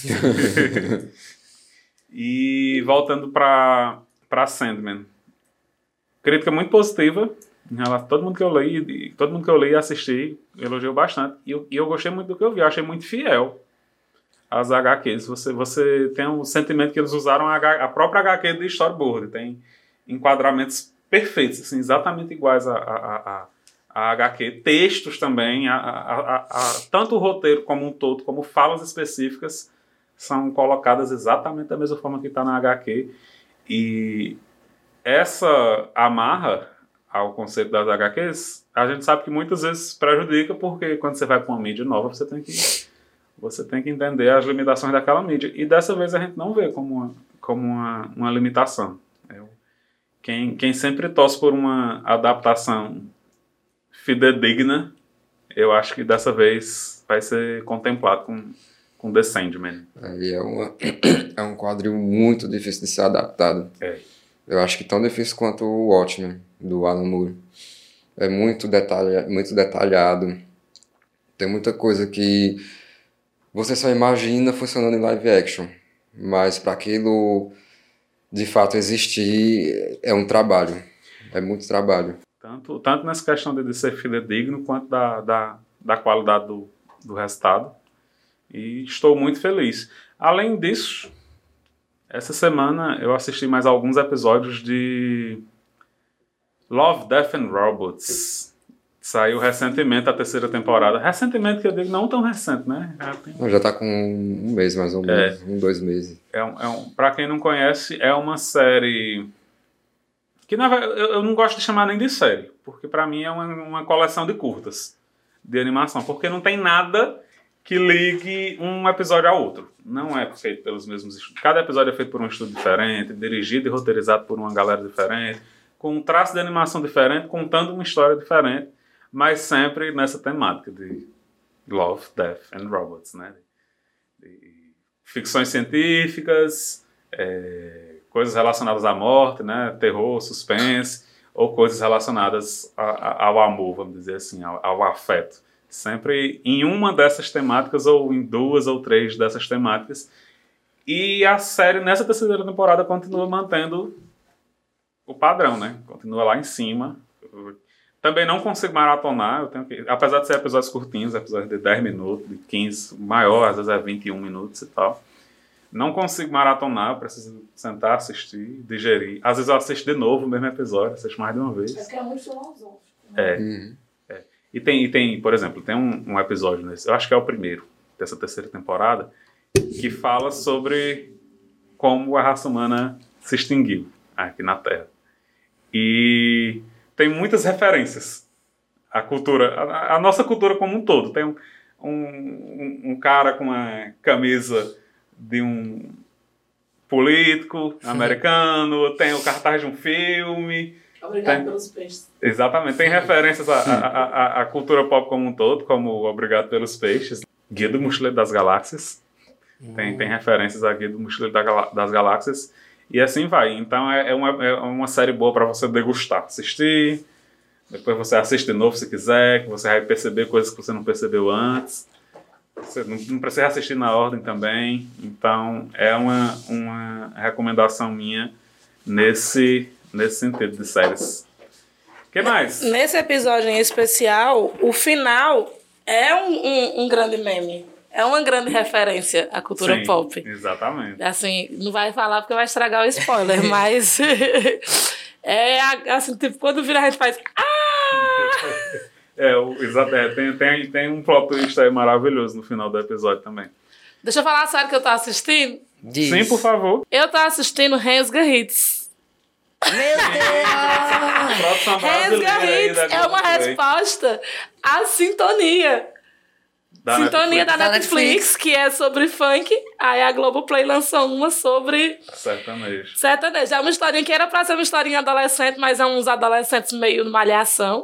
E voltando pra Sandman. Crítica muito positiva. Em relação a todo mundo que eu li e assisti, elogiou bastante. E eu gostei muito do que eu vi. Eu achei muito fiel às HQs. Você tem um sentimento que eles usaram a própria HQ de storyboard. Tem enquadramentos perfeitos, assim, exatamente iguais a HQ. Textos também. Tanto o roteiro como um todo, como falas específicas, são colocadas exatamente da mesma forma que está na HQ. E essa amarra ao conceito das HQs, a gente sabe que muitas vezes prejudica, porque quando você vai para uma mídia nova, você tem que entender as limitações daquela mídia. E dessa vez a gente não vê como uma limitação. Quem sempre torce por uma adaptação fidedigna, eu acho que dessa vez vai ser contemplado com The Sandman. É um quadril muito difícil de ser adaptado. Eu acho que tão difícil quanto o Watchmen, do Alan Moore. É muito detalhado. Tem muita coisa que você só imagina funcionando em live action. Mas para aquilo de fato existir, é um trabalho. É muito trabalho. Tanto nessa questão de ser fidedigno, quanto da qualidade do resultado. E estou muito feliz. Além disso, essa semana eu assisti mais alguns episódios de Love, Death and Robots. Saiu recentemente a 3ª temporada. Recentemente, que eu digo, não tão recente, né? Já tá com um mês, mais ou menos. 2 meses. Pra quem não conhece, é uma série que eu não gosto de chamar nem de série, porque pra mim é uma coleção de curtas de animação, porque não tem nada que ligue um episódio ao outro. Não é feito pelos mesmos estúdios. Cada episódio é feito por um estúdio diferente, dirigido e roteirizado por uma galera diferente, com um traço de animação diferente, contando uma história diferente, mas sempre nessa temática de Love, Death and Robots, né? De ficções científicas, coisas relacionadas à morte, né? Terror, suspense, ou coisas relacionadas ao amor, vamos dizer assim, ao afeto. Sempre em uma dessas temáticas, ou em 2 ou 3 dessas temáticas. E a série, nessa 3ª temporada, continua mantendo o padrão, né? Continua lá em cima. Também não consigo maratonar, apesar de ser episódios curtinhos, episódios de 10 minutos, de 15, maior, às vezes é 21 minutos e tal. Não consigo maratonar, preciso sentar, assistir, digerir. Às vezes eu assisto de novo o mesmo episódio, assisto mais de uma vez. É porque é muito filosófico. Né? E tem, por exemplo, tem um episódio nesse, eu acho que é o primeiro dessa 3ª temporada, que fala sobre como a raça humana se extinguiu aqui na Terra. E tem muitas referências à cultura, a nossa cultura como um todo. Tem um cara com uma camisa de um político americano, tem o cartaz de um filme. Obrigado pelos peixes. Exatamente, tem referências à cultura pop como um todo, como Obrigado pelos Peixes, Guia do Mochileiro das Galáxias. Tem referências a Guia do Mochileiro das Galáxias. E assim vai. Então é uma série boa para você degustar, assistir. Depois você assiste de novo se quiser, que você vai perceber coisas que você não percebeu antes. Você não precisa assistir na ordem também. Então é uma recomendação minha nesse sentido de séries. O que mais? Nesse episódio em especial, o final é um grande meme. É uma grande referência à cultura pop. Exatamente. Assim, não vai falar porque vai estragar o spoiler, mas assim, tipo, quando vira a gente faz tem um plot twist aí maravilhoso no final do episódio também. Deixa eu falar a série que eu tô assistindo. Diz. Sim, por favor. Eu tô assistindo Rensga Hits. Meu Deus! Produção Rensga brasileira Hits aí da é uma Globoplay. resposta à Sintonia. Sintonia da Netflix, que é sobre funk. Aí a Globoplay lançou uma sobre sertanejo. É uma historinha que era pra ser uma historinha adolescente, mas é uns adolescentes meio malhação.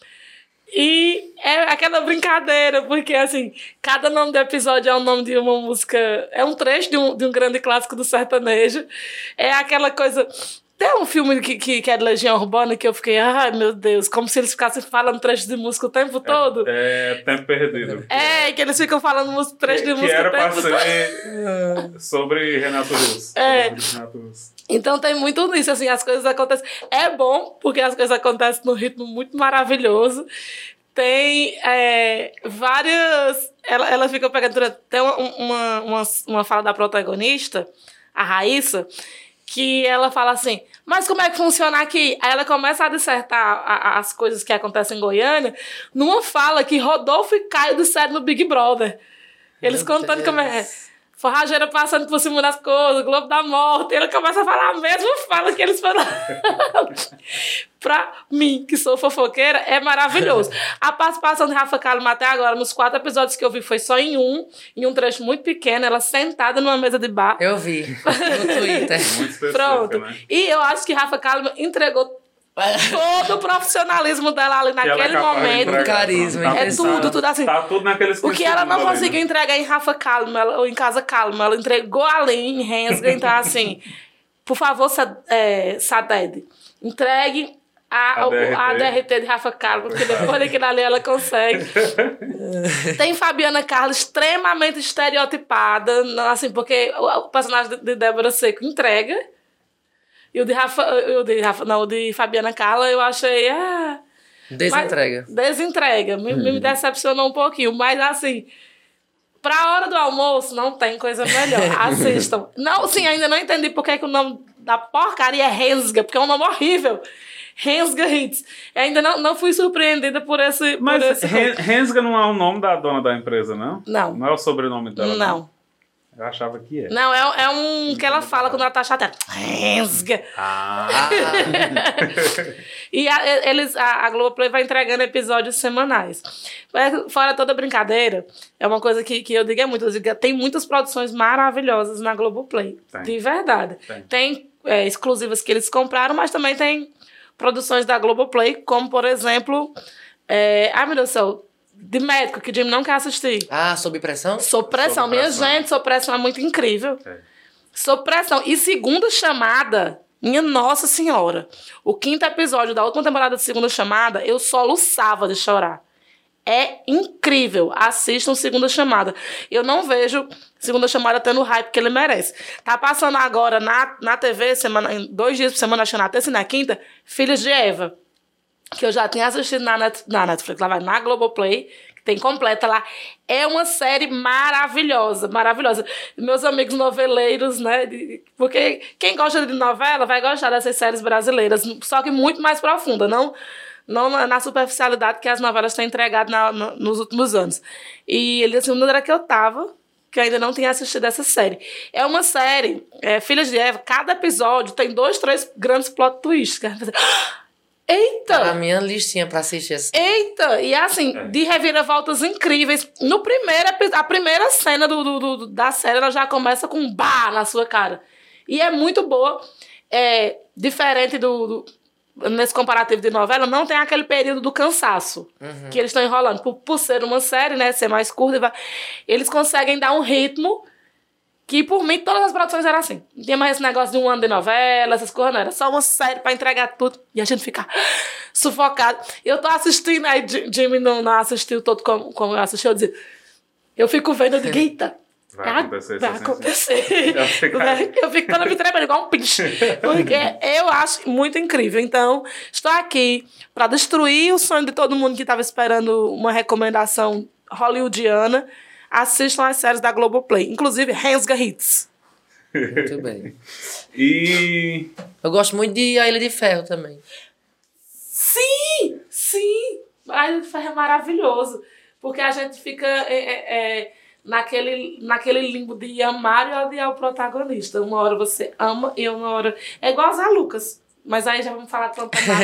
E é aquela brincadeira, porque assim, cada nome do episódio é o nome de uma música, é um trecho de um grande clássico do sertanejo. É aquela coisa. Tem um filme que é de Legião Urbana que eu fiquei, ai meu Deus, como se eles ficassem falando trecho de música o tempo todo. Tempo perdido. Que eles ficam falando trecho de música o tempo todo. Que era pra ser sobre Renato Russo. Então tem muito nisso, assim, as coisas acontecem. É bom, porque as coisas acontecem num ritmo muito maravilhoso. Tem várias... Ela fica pegando... Tem uma fala da protagonista, a Raíssa, que ela fala assim, mas como é que funciona aqui? Aí ela começa a dissertar as coisas que acontecem em Goiânia numa fala que Rodolfo e Caio disseram no Big Brother. Eles contando como é... Forrageira passando por cima das coisas, Globo da Morte. E ela começa a falar a mesma fala que eles falaram. Pra mim, que sou fofoqueira, é maravilhoso. A participação de Rafa Kalimann até agora, nos 4 episódios que eu vi, foi só em um trecho muito pequeno, ela sentada numa mesa de bar. Eu vi no Twitter. Muito Pronto. né? E eu acho que Rafa Kalimann entregou todo o profissionalismo dela ali naquele momento. Carisma. É tudo assim. Tá tudo naqueles O que ela não conseguiu entregar em Rafa Kalimann ou em Casa Kalimann, ela entregou ali em Rensga. Então, assim, por favor, Saded, entregue a DRT de Rafa Kalimann, porque depois daquilo ali ela consegue. Tem Fabiana Carla extremamente estereotipada, assim, porque o personagem de Débora Seco entrega. E o de Fabiana Carla eu achei... Desentrega. Desentrega. Me decepcionou um pouquinho. Mas, assim, pra hora do almoço, não tem coisa melhor. Assistam. Não, sim, ainda não entendi por que o nome da porcaria é Rensga, porque é um nome horrível. Rensga Hits. Eu ainda não fui surpreendida por esse... Mas Rensga não é o nome da dona da empresa, não? Não. Não é o sobrenome dela? Não. Eu achava que era. Não, é um que ela fala quando ela tá chateada. Rensga. E a Globoplay vai entregando episódios semanais. Fora toda brincadeira, é uma coisa que eu digo muito. Eu digo, tem muitas produções maravilhosas na Globoplay. De verdade. Tem exclusivas que eles compraram, mas também tem produções da Globoplay, como, por exemplo... ai, meu Deus do céu. De médico, que o Jimmy não quer assistir. Sob pressão? Sob pressão. Minha gente, Sob pressão é muito incrível. Sob pressão. E Segunda Chamada, minha Nossa Senhora. O 5º episódio da última temporada de Segunda Chamada, eu soluçava de chorar. É incrível. Assistam Segunda Chamada. Eu não vejo Segunda Chamada tendo o hype que ele merece. Tá passando agora na TV, 2 dias por semana, acho que na terça e na quinta, Filhos de Eva. Que eu já tinha assistido na Netflix, lá vai na Globoplay, que tem completa lá. É uma série maravilhosa, maravilhosa. Meus amigos noveleiros, né? Porque quem gosta de novela vai gostar dessas séries brasileiras, só que muito mais profunda, não na superficialidade que as novelas têm entregado nos últimos anos. E ele disse, onde era que eu tava, que eu ainda não tinha assistido essa série. É uma série, Filhas de Eva, cada episódio tem 2, 3 grandes plot twists. Eita! Na minha listinha pra assistir essa. Eita! E assim, de reviravoltas incríveis. No a primeira cena da série, ela já começa com um bah na sua cara. E é muito boa. Diferente nesse comparativo de novela, não tem aquele período do cansaço que eles estão enrolando. Por ser uma série, né? Ser mais curta, eles conseguem dar um ritmo que, por mim, todas as produções eram assim. Não tinha mais esse negócio de um ano de novela, essas coisas, não. Era só uma série pra entregar tudo e a gente ficar sufocado. Eu tô assistindo, aí Jimmy não assistiu todo como eu assisti. Eu fico vendo, eu digo, eita, vai acontecer. Vai acontecer. Eu fico toda me tremendo, igual um pinche. Porque eu acho muito incrível. Então, estou aqui pra destruir o sonho de todo mundo que estava esperando uma recomendação hollywoodiana. Assistam as séries da Globoplay. Inclusive, Rensga Hits. Muito bem. E... eu gosto muito de A Ilha de Ferro também. Sim! A Ilha de Ferro é maravilhoso. Porque a gente fica naquele limbo de amar e odiar o protagonista. Uma hora você ama e uma hora... É igual a Zé Lucas. Mas aí já vamos falar de Pantanal.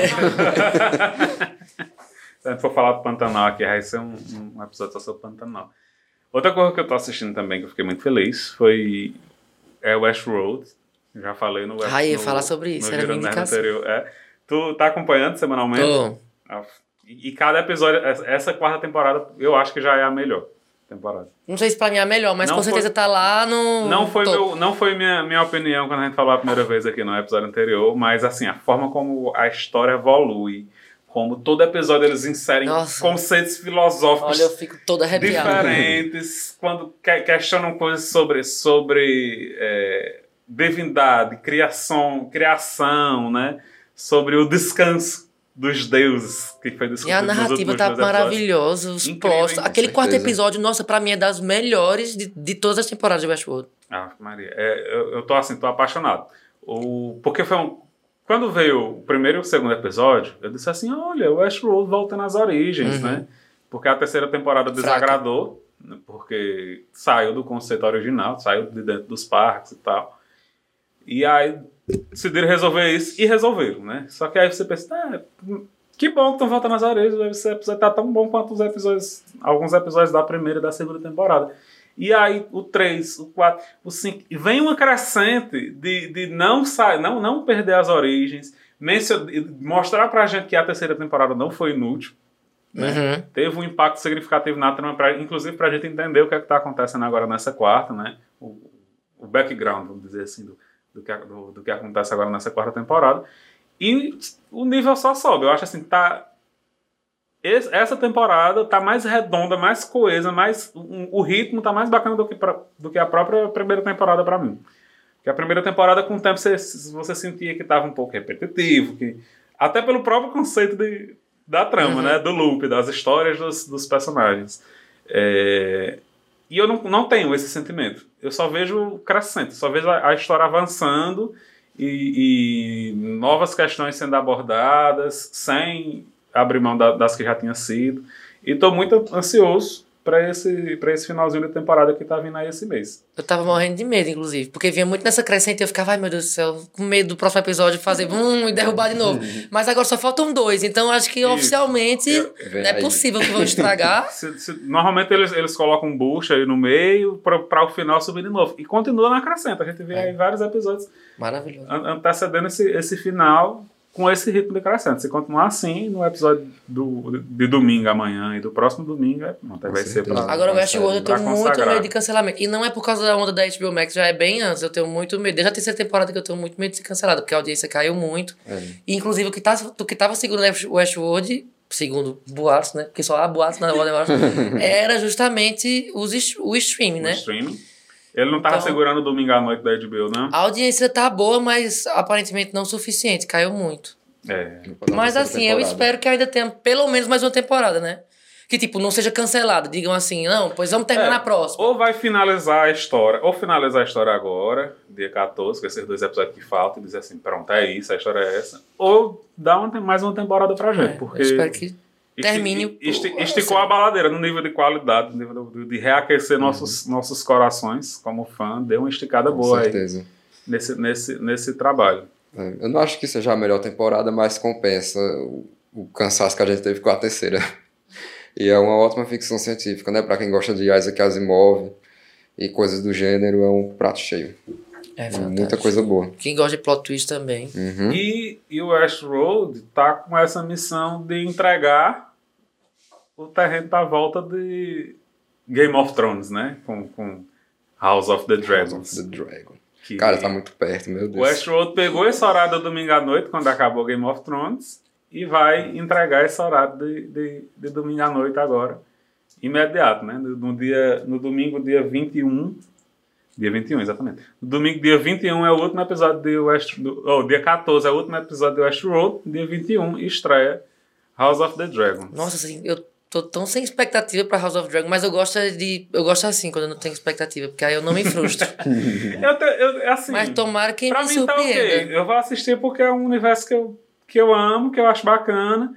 Se a gente for falar do Pantanal aqui, vai ser um episódio só sobre Pantanal. Outra coisa que eu tô assistindo também, que eu fiquei muito feliz, foi Westworld. Já falei no Westworld. Ia falar sobre isso, era minha indicação. Tu tá acompanhando semanalmente? Tô. E cada episódio, essa 4ª temporada, eu acho que já é a melhor temporada. Não sei se pra mim é a melhor, mas com certeza tá lá no... Não foi minha opinião quando a gente falou a primeira vez aqui no episódio anterior, mas assim, a forma como a história evolui, como todo episódio eles inserem conceitos filosóficos. Olha, eu fico toda arrepiada. Diferentes, quando questionam coisas sobre divindade, criação, né? Sobre o descanso dos deuses que foi discutido. E a narrativa tá maravilhosa, os plots. Aquele 4º episódio, nossa, pra mim é das melhores de todas as temporadas de Westworld. Maria, eu tô assim, tô apaixonado. Porque foi quando veio o primeiro e o 2º episódio, eu disse assim, olha, o Westworld voltando às origens, né? Porque a 3ª temporada desagradou, né? Porque saiu do conceito original, saiu de dentro dos parques e tal. E aí decidiram resolver isso e resolveram, né? Só que aí você pensa, que bom que estão voltando às origens, esse episódio tá tão bom quanto alguns episódios da 1ª e da 2ª temporada. E aí o 3, o 4, o 5, e vem uma crescente de não perder as origens, mostrar pra gente que a 3ª temporada não foi inútil, né? Teve um impacto significativo na trama, inclusive pra gente entender o que é que tá acontecendo agora nessa 4ª, né? O background, vamos dizer assim, do que acontece agora nessa 4ª temporada. E o nível só sobe. Eu acho assim, essa temporada tá mais redonda, mais coesa, o ritmo tá mais bacana do que a própria 1ª temporada pra mim. Porque a 1ª temporada, com o tempo, você sentia que tava um pouco repetitivo, até pelo próprio conceito da trama, né? Do loop, das histórias dos personagens. E eu não tenho esse sentimento. Eu só vejo crescente, só vejo a história avançando e novas questões sendo abordadas, sem abrir mão das que já tinha sido. E estou muito ansioso para esse finalzinho de temporada que tá vindo aí esse mês. Eu tava morrendo de medo, inclusive, porque vinha muito nessa crescente e eu ficava, ai meu Deus do céu, com medo do próximo episódio fazer e derrubar de novo. Mas agora só faltam 2, então acho que oficialmente não é possível que vão estragar. Normalmente eles colocam um bucha aí no meio para o final subir de novo. E continua na crescente. A gente vê aí vários episódios Maravilhoso. Antecedendo esse final com esse ritmo de crescente. Se continuar assim, no episódio de domingo amanhã e do próximo domingo, vai ser pra... Agora o Westworld eu tenho muito consagrar. medo de cancelamento. E não é por causa da onda da HBO Max, já é bem antes. Eu tenho muito medo. Desde a terceira temporada que eu tenho muito medo de ser cancelada, porque a audiência caiu muito. E inclusive o que tava segundo o Westworld, segundo boatos, né? Porque só há boatos na Warner Bros. Era justamente o streaming, né? O streaming. Ele não tava Então, segurando o domingo à noite da HBO, não? A audiência tá boa, mas aparentemente não o suficiente. Caiu muito. Mas assim, eu espero que ainda tenha pelo menos mais uma temporada, né? Que tipo, não seja cancelada. Digam assim, não, pois vamos terminar na próxima. Ou vai finalizar a história, ou finalizar a história agora, dia 14, com esses 2 episódios que faltam, e dizer assim, pronto, é isso, a história é essa. Ou dá mais uma temporada pra gente, porque... Eu espero que termine esticou a baladeira no nível de qualidade, no nível de reaquecer nossos corações como fã, deu uma esticada boa aí nesse trabalho. Eu não acho que seja a melhor temporada, mas compensa o cansaço que a gente teve com a terceira. E é uma ótima ficção científica, né? Pra quem gosta de Isaac Asimov e coisas do gênero, é um prato cheio. É fantástico. Muita coisa boa. Quem gosta de plot twist também. E o Westworld tá com essa missão de entregar o terreno pra volta de Game of Thrones, né? Com House of the Dragons. Cara, tá muito perto, meu Deus. O Westworld pegou esse horário do domingo à noite, quando acabou Game of Thrones, e vai entregar esse horário de domingo à noite agora, imediato, né? No domingo, dia 21... Dia 21, exatamente. No domingo, dia 21, é o último episódio de Westworld... dia 14 é o último episódio de Westworld. Dia 21, estreia House of the Dragon. Nossa, assim, eu tô tão sem expectativa pra House of Dragon, mas eu gosto assim, quando eu não tenho expectativa, porque aí eu não me frustro. Assim, mas tomara que pra me mim surpreenda. tá ok. Eu vou assistir porque é um universo que eu amo, que eu acho bacana.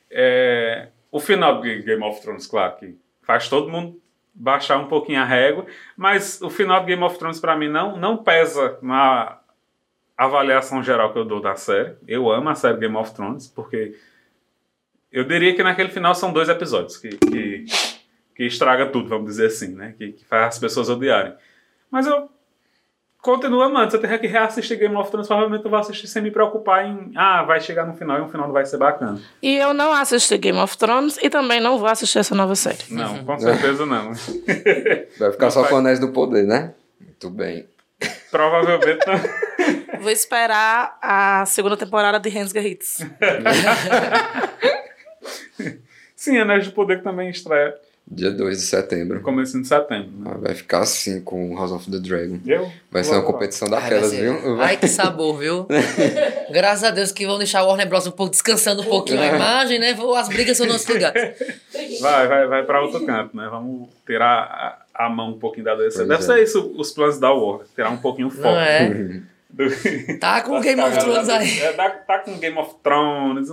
O final de Game of Thrones, claro, que faz todo mundo baixar um pouquinho a régua, mas o final de Game of Thrones pra mim não pesa na avaliação geral que eu dou da série. Eu amo a série Game of Thrones, porque eu diria que naquele final são 2 episódios que estraga tudo, vamos dizer assim, né? Que faz as pessoas odiarem. Mas eu continuo amando. Se eu tiver que reassistir Game of Thrones, provavelmente eu vou assistir sem me preocupar em vai chegar no final e um final não vai ser bacana. E eu não assisti Game of Thrones e também não vou assistir essa nova série. Não, com certeza não. Vai ficar só com o Anéis do Poder, né? Muito bem. Provavelmente não. Vou esperar a segunda temporada de Hans Hits. Sim, Anéis do Poder que também estreia. Dia 2 de setembro. Começo de setembro. Né? Vai ficar assim com House of the Dragon. Eu? Vai ser uma competição daquelas, viu? Ai, que sabor, viu? Graças a Deus que vão deixar o Warner Bros. Descansando um pouquinho a imagem, né? As brigas são nossos lugares. Vai para outro canto, né? Vamos tirar a mão um pouquinho da DC. Deve ser isso os planos da Warner. Tirar um pouquinho o foco. Não é? Tá com Game of Thrones aí. Tá com Game of Thrones,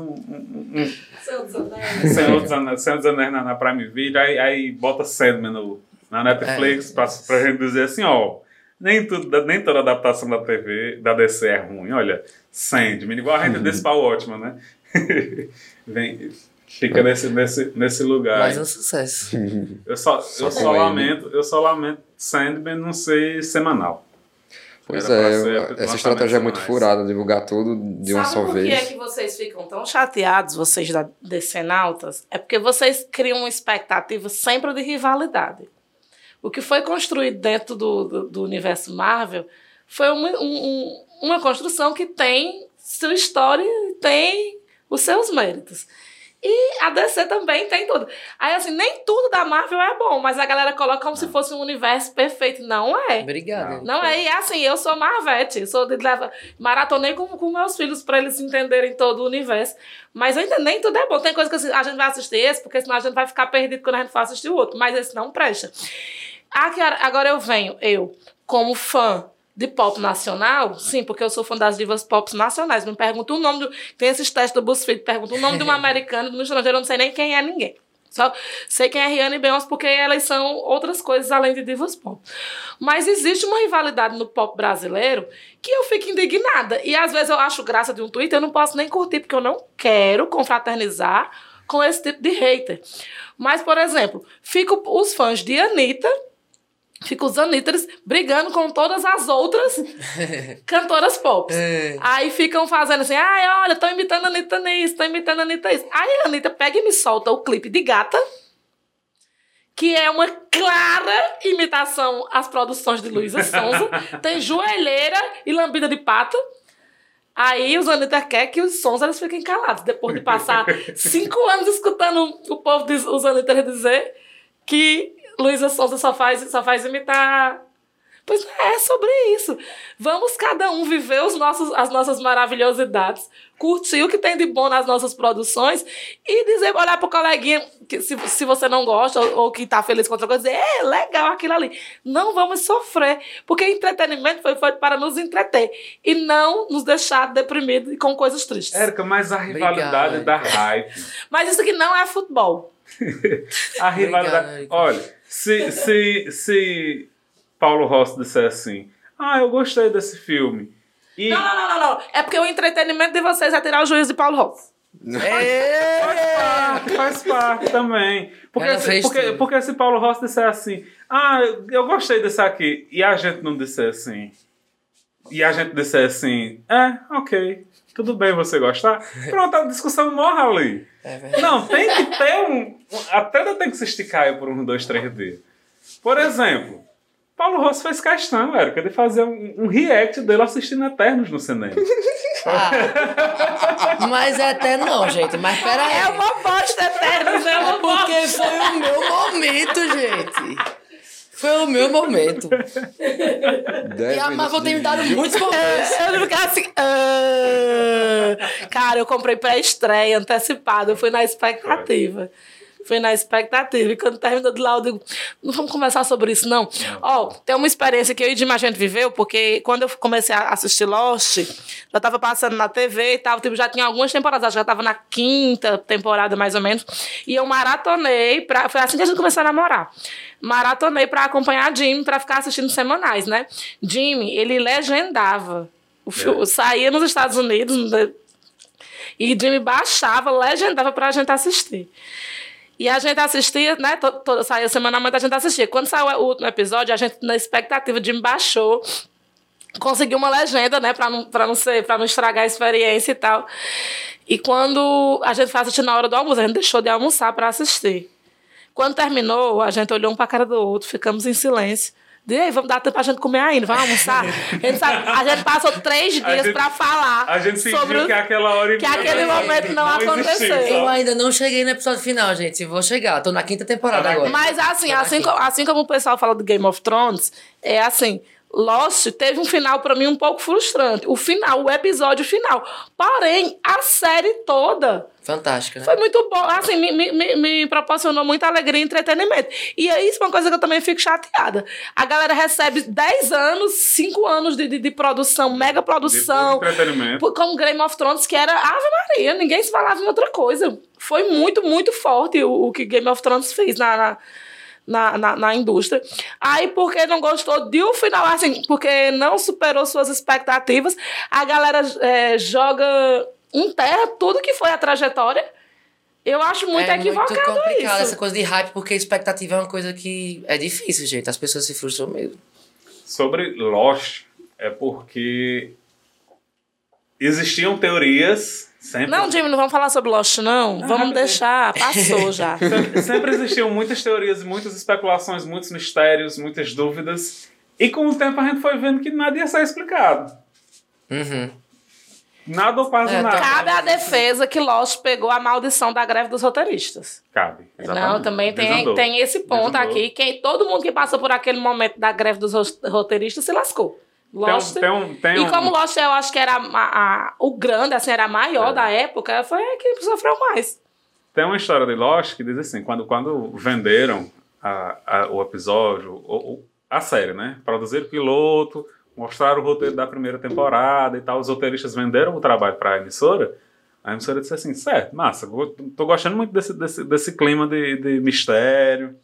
Senhor dos Anéis na Prime Video, aí bota Sandman na Netflix pra gente dizer assim, nem toda adaptação da TV, da DC é ruim, olha, Sandman, igual a gente desse pra Watchmen, né? Fica nesse lugar. Mais um sucesso. Eu só lamento Sandman não ser semanal. Pois essa estratégia é muito furada, divulgar tudo de uma só vez. Sabe por que é que vocês ficam tão chateados, vocês da DC-nautas? É porque vocês criam uma expectativa sempre de rivalidade. O que foi construído dentro do universo Marvel foi uma construção que tem sua história e tem os seus méritos. E a DC também tem tudo. Aí, assim, nem tudo da Marvel é bom, mas a galera coloca como se fosse um universo perfeito. Não é. Obrigada. Não é. E assim, eu sou Marvete. Eu sou maratonei com meus filhos pra eles entenderem todo o universo. Mas ainda nem tudo é bom. Tem coisa que assim, a gente vai assistir esse, porque senão a gente vai ficar perdido quando a gente for assistir o outro. Mas esse não presta. Agora eu venho, como fã De pop nacional? Sim, porque eu sou fã das divas pop nacionais. Me pergunta o nome do... Tem esses testes do BuzzFeed, pergunta o nome de uma americana, no estrangeiro eu não sei nem quem é ninguém. Só sei quem é Rihanna e Beyoncé porque elas são outras coisas além de divas pop. Mas existe uma rivalidade no pop brasileiro que eu fico indignada. E às vezes eu acho graça de um tweet, eu não posso nem curtir porque eu não quero confraternizar com esse tipo de hater. Mas, por exemplo, ficam os fãs de Anitta, ficam os Anitters brigando com todas as outras cantoras pop. Aí ficam fazendo assim, ai, olha, tô imitando a Anitta nisso, tô imitando a Anitta isso. Aí a Anitta pega e me solta o clipe de Gata, que é uma clara imitação às produções de Luísa Sonza. Tem joelheira e lambida de pato. Aí os Anitta querem que os sons eles fiquem calados. Depois de passar 5 anos escutando o povo os Anitta dizer que Luísa Sonza só faz imitar. Pois é sobre isso. Vamos cada um viver as nossas maravilhosidades, curtir o que tem de bom nas nossas produções e dizer, olhar pro coleguinha que se você não gosta ou que tá feliz com outra coisa, dizer, legal aquilo ali. Não vamos sofrer, porque entretenimento foi feito para nos entreter e não nos deixar deprimidos e com coisas tristes. Érica, mas a rivalidade da hype. Mas isso aqui não é futebol. A rivalidade. Olha, se Paulo Rossi disser assim, eu gostei desse filme. E... Não. É porque o entretenimento de vocês é tirar o juízo de Paulo Rossi. Faz parte também. Porque se Paulo Rossi disser assim, eu gostei desse aqui, e a gente não disser assim, e a gente disser assim, ok, tudo bem você gostar, pronto, a discussão morre ali. Não, tem que ter a treta tem que se esticar aí por 1, 2, 3 dias. Por exemplo, Paulo Rossi fez questão, Érica, de fazer um react dele assistindo Eternos no cinema. Mas é Eterno não, gente. Mas peraí. É uma bosta, Eternos, é uma bosta. Porque foi o meu momento, gente. Foi o meu momento. E a Marvel tem me dado muitos momentos. Eu ficar assim... Cara, eu comprei pré-estreia, antecipado. Eu fui na expectativa. E quando terminou de lá, eu digo, não vamos conversar sobre isso, não. Tem uma experiência que eu e Jim a gente viveu, porque quando eu comecei a assistir Lost, já estava passando na TV e tal, já tinha algumas temporadas, já estava na 5ª temporada, mais ou menos, e eu maratonei, foi assim que a gente começou a namorar. Maratonei para acompanhar a Jim, para ficar assistindo semanais, né? Jim, ele legendava. Saía nos Estados Unidos, e Jim baixava, legendava pra gente assistir. E a gente assistia, né? Saía semanalmente, a gente assistia. Quando saiu o último episódio, a gente, na expectativa de me baixou, conseguiu uma legenda, né? Pra não estragar a experiência e tal. E quando a gente foi assistir na hora do almoço, a gente deixou de almoçar pra assistir. Quando terminou, a gente olhou um pra cara do outro, ficamos em silêncio. Vamos dar tempo pra gente comer ainda, vamos almoçar. A gente passou 3 dias pra falar. A gente sentiu que aquela hora que aquele momento não aconteceu. Eu ainda não cheguei no episódio final, gente. Vou chegar. Tô na 5ª temporada agora. Mas assim como o pessoal fala do Game of Thrones, é assim... Lost teve um final pra mim um pouco frustrante. O episódio final. Porém, a série toda... Fantástica, né? Foi muito bom. Assim, me proporcionou muita alegria e entretenimento. E é isso uma coisa que eu também fico chateada. A galera recebe 10 anos, 5 anos de produção, mega produção. De entretenimento. Como Game of Thrones, que era Ave Maria. Ninguém se falava em outra coisa. Foi muito, muito forte o que Game of Thrones fez na indústria. Aí, porque não gostou de um final, assim, porque não superou suas expectativas, a galera joga em terra tudo que foi a trajetória. Eu acho muito equivocado muito complicado isso. Essa coisa de hype, porque expectativa é uma coisa que é difícil, gente. As pessoas se frustram mesmo. Sobre Lost, é porque existiam teorias... Sempre. Não, Jimmy, não vamos falar sobre Lost, não. Vamos deixar, passou já. Sempre existiam muitas teorias, muitas especulações, muitos mistérios, muitas dúvidas. E com o tempo a gente foi vendo que nada ia ser explicado. Nada ou quase nada. Cabe a defesa que Lost pegou a maldição da greve dos roteiristas. Cabe, exatamente. Não, também tem esse ponto aqui. Todo mundo que passou por aquele momento da greve dos roteiristas se lascou. Lost, como Lost eu acho que era o grande, assim, era a maior da época, foi quem sofreu mais. Tem uma história de Lost que diz assim, quando venderam o episódio, a série, né? Produziram piloto, mostraram o roteiro da primeira temporada e tal, os roteiristas venderam o trabalho para a emissora disse assim, certo, massa, tô gostando muito desse clima de mistério,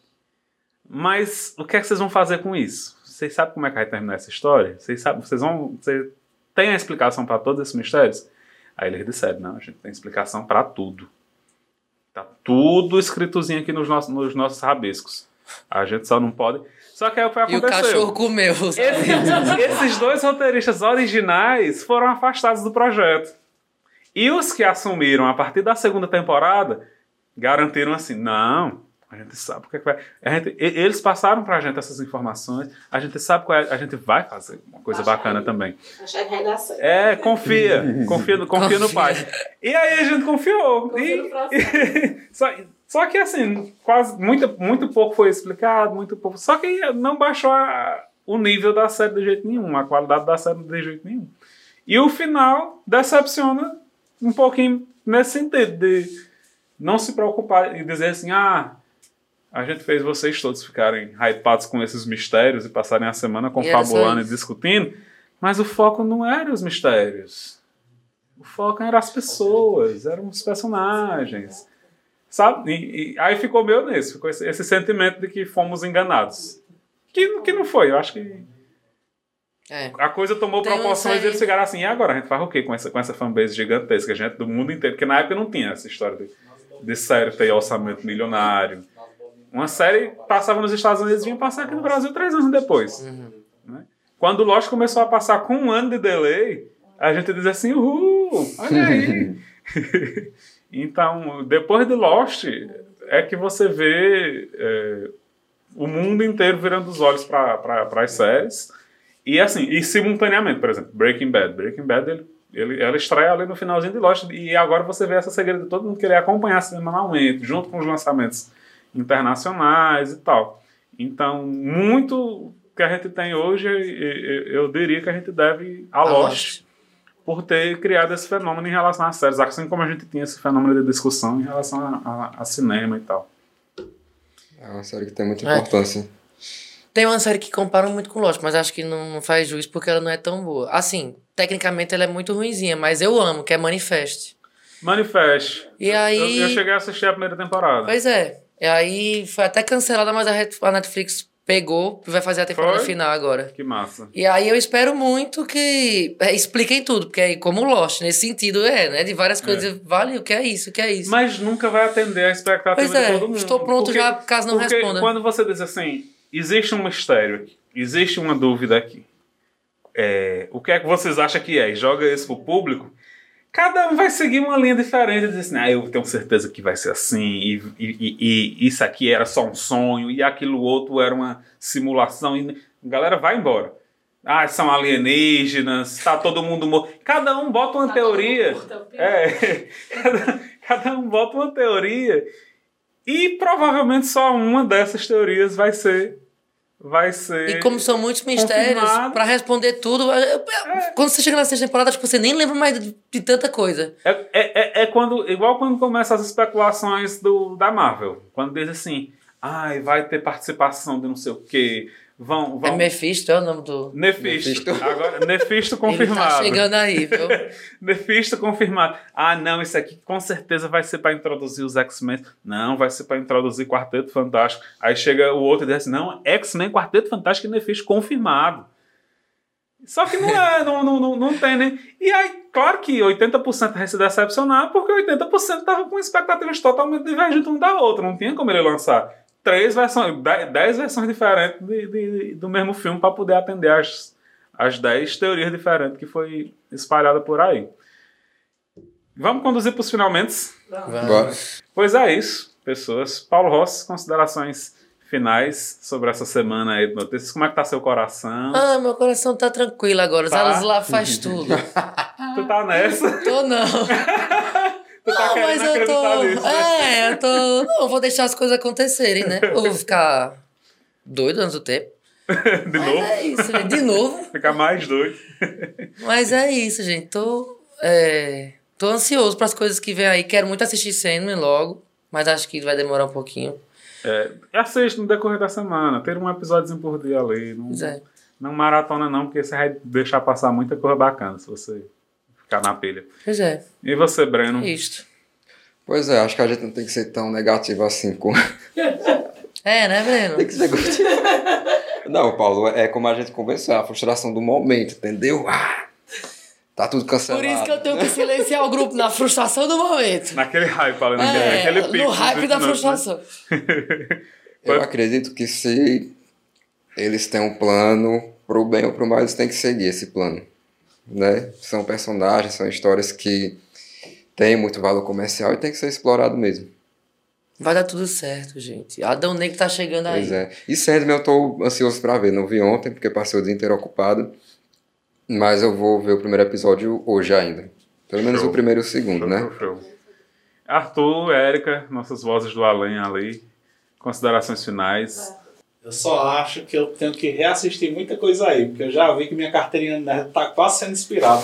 mas o que é que vocês vão fazer com isso? Vocês sabem como é que vai terminar essa história? Vocês têm a explicação para todos esses mistérios? Aí eles disseram, não, a gente tem explicação para tudo. Tá tudo escritozinho aqui nos nossos rabiscos. A gente só não pode... Só que aí o que aconteceu? E o cachorro comeu. Esses dois roteiristas originais foram afastados do projeto. E os que assumiram a partir da segunda temporada garantiram assim, não, a gente sabe o que vai... Eles passaram pra gente essas informações, a gente sabe qual é, a gente vai fazer uma coisa bacana também. Achar que vai dar certo. Confia no pai. E aí a gente confiou. Confia no processo. Só que assim, quase muito pouco foi explicado, muito pouco. Só que não baixou o nível da série de jeito nenhum, a qualidade da série de jeito nenhum. E o final decepciona um pouquinho nesse sentido de não se preocupar e dizer assim, a gente fez vocês todos ficarem hypados com esses mistérios e passarem a semana confabulando e discutindo, mas o foco não era os mistérios. O foco era as pessoas, eram os personagens. Sabe? E aí ficou meio nisso, ficou esse sentimento de que fomos enganados. Que não foi, eu acho que a coisa tomou proporções e eles chegaram assim, e agora a gente faz o quê com essa fanbase gigantesca, gente do mundo inteiro, porque na época não tinha essa história de série ter orçamento milionário. Uma série passava nos Estados Unidos e vinha passar aqui no Brasil 3 anos depois. Né? Quando o Lost começou a passar com 1 ano de delay, a gente diz assim, olha aí. Então, depois de Lost, é que você vê o mundo inteiro virando os olhos para as séries. E assim, e simultaneamente, por exemplo, Breaking Bad. Breaking Bad, ela estreia ali no finalzinho de Lost, e agora você vê essa segredo de todo mundo querer acompanhar semanalmente, junto com os lançamentos internacionais e tal. Então, muito que a gente tem hoje, eu diria que a gente deve a Lost, por ter criado esse fenômeno em relação às séries, assim como a gente tinha esse fenômeno de discussão em relação a cinema e tal. É uma série que tem muita importância. Tem uma série que compara muito com Lost, mas acho que não faz jus porque ela não é tão boa. Assim, tecnicamente ela é muito ruinzinha, mas eu amo, que é Manifest. Manifest. E aí... Eu cheguei a assistir a primeira temporada. Pois é. E aí foi até cancelada, mas a Netflix pegou e vai fazer a temporada final agora. Que massa. E aí eu espero muito que expliquem tudo, porque aí como Lost, nesse sentido né? De várias coisas, vale, o que é isso, o que é isso. Mas nunca vai atender a expectativa de todo mundo. Estou pronto já, caso não responda. Quando você diz assim, existe um mistério aqui, existe uma dúvida aqui, o que é que vocês acham que é? E joga isso pro público, cada um vai seguir uma linha diferente e dizer assim, eu tenho certeza que vai ser assim, e isso aqui era só um sonho, e aquilo outro era uma simulação, e a galera vai embora. São alienígenas, tá todo mundo morto. Cada um bota uma teoria. Cada um bota uma teoria, e provavelmente só uma dessas teorias vai ser... E como são muitos mistérios, pra responder tudo... Quando você chega na 6ª temporada, acho que você nem lembra mais de tanta coisa. Igual quando começam as especulações da Marvel. Quando diz assim, vai ter participação de não sei o quê... É Mephisto, é o nome do... Nefisto. Agora, Nefisto confirmado. Ele tá chegando aí, viu? Nefisto confirmado. Não, isso aqui com certeza vai ser para introduzir os X-Men. Não, vai ser para introduzir Quarteto Fantástico. Aí chega o outro e diz assim, não, X-Men, Quarteto Fantástico e Nefisto confirmado. Só que não tem, né? E aí, claro que 80% vai se decepcionar, porque 80% tava com expectativas totalmente divergentes uma da outra. Não tinha como ele lançar 10 versões diferentes do mesmo filme para poder atender as 10 teorias diferentes que foi espalhada por aí. Vamos conduzir para os finalmente? Vamos. Pois é isso, pessoas. Paulo Rossi, considerações finais sobre essa semana aí de notícias. Como é que tá seu coração? Meu coração tá tranquilo agora. Os lá faz tudo. Tu tá nessa? Tô não. Não, mas eu tô... Nisso, né? eu tô... Não, vou deixar as coisas acontecerem, né? Eu vou ficar doido antes do tempo. De novo? É isso, gente. De novo. Ficar mais doido. Mas é isso, gente. Tô ansioso para as coisas que vem aí. Quero muito assistir Sandman logo, mas acho que vai demorar um pouquinho. Assiste no decorrer da semana. Ter um episódiozinho por dia ali. Não maratona não, porque você vai deixar passar muita coisa bacana se você ficar na pilha. Pois é, E você, Breno? isto. Pois é, acho que a gente não tem que ser tão negativo assim com... É, né, Breno? Tem que ser negativo. Não, Paulo, é como a gente conversou, é a frustração do momento, entendeu? Tá tudo cancelado. Por isso que eu tenho que silenciar o grupo na frustração do momento. Naquele hype, ali, naquele pico. No hype da né? frustração. Eu acredito que se eles têm um plano, pro bem ou pro mal, eles têm que seguir esse plano, né? São personagens, são histórias que têm muito valor comercial e tem que ser explorado mesmo. Vai dar tudo certo, gente. Adão Negro tá chegando aí. Pois é. E Sandman eu tô ansioso pra ver. Não vi ontem, porque passei o dia inteiro ocupado. Mas eu vou ver o primeiro episódio hoje ainda. Pelo menos Show. o primeiro e o segundo, né? Show. Arthur, Érica, nossas vozes do além ali. Considerações finais. Eu só acho que eu tenho que reassistir muita coisa aí, porque eu já vi que minha carteirinha nerd tá quase sendo inspirada.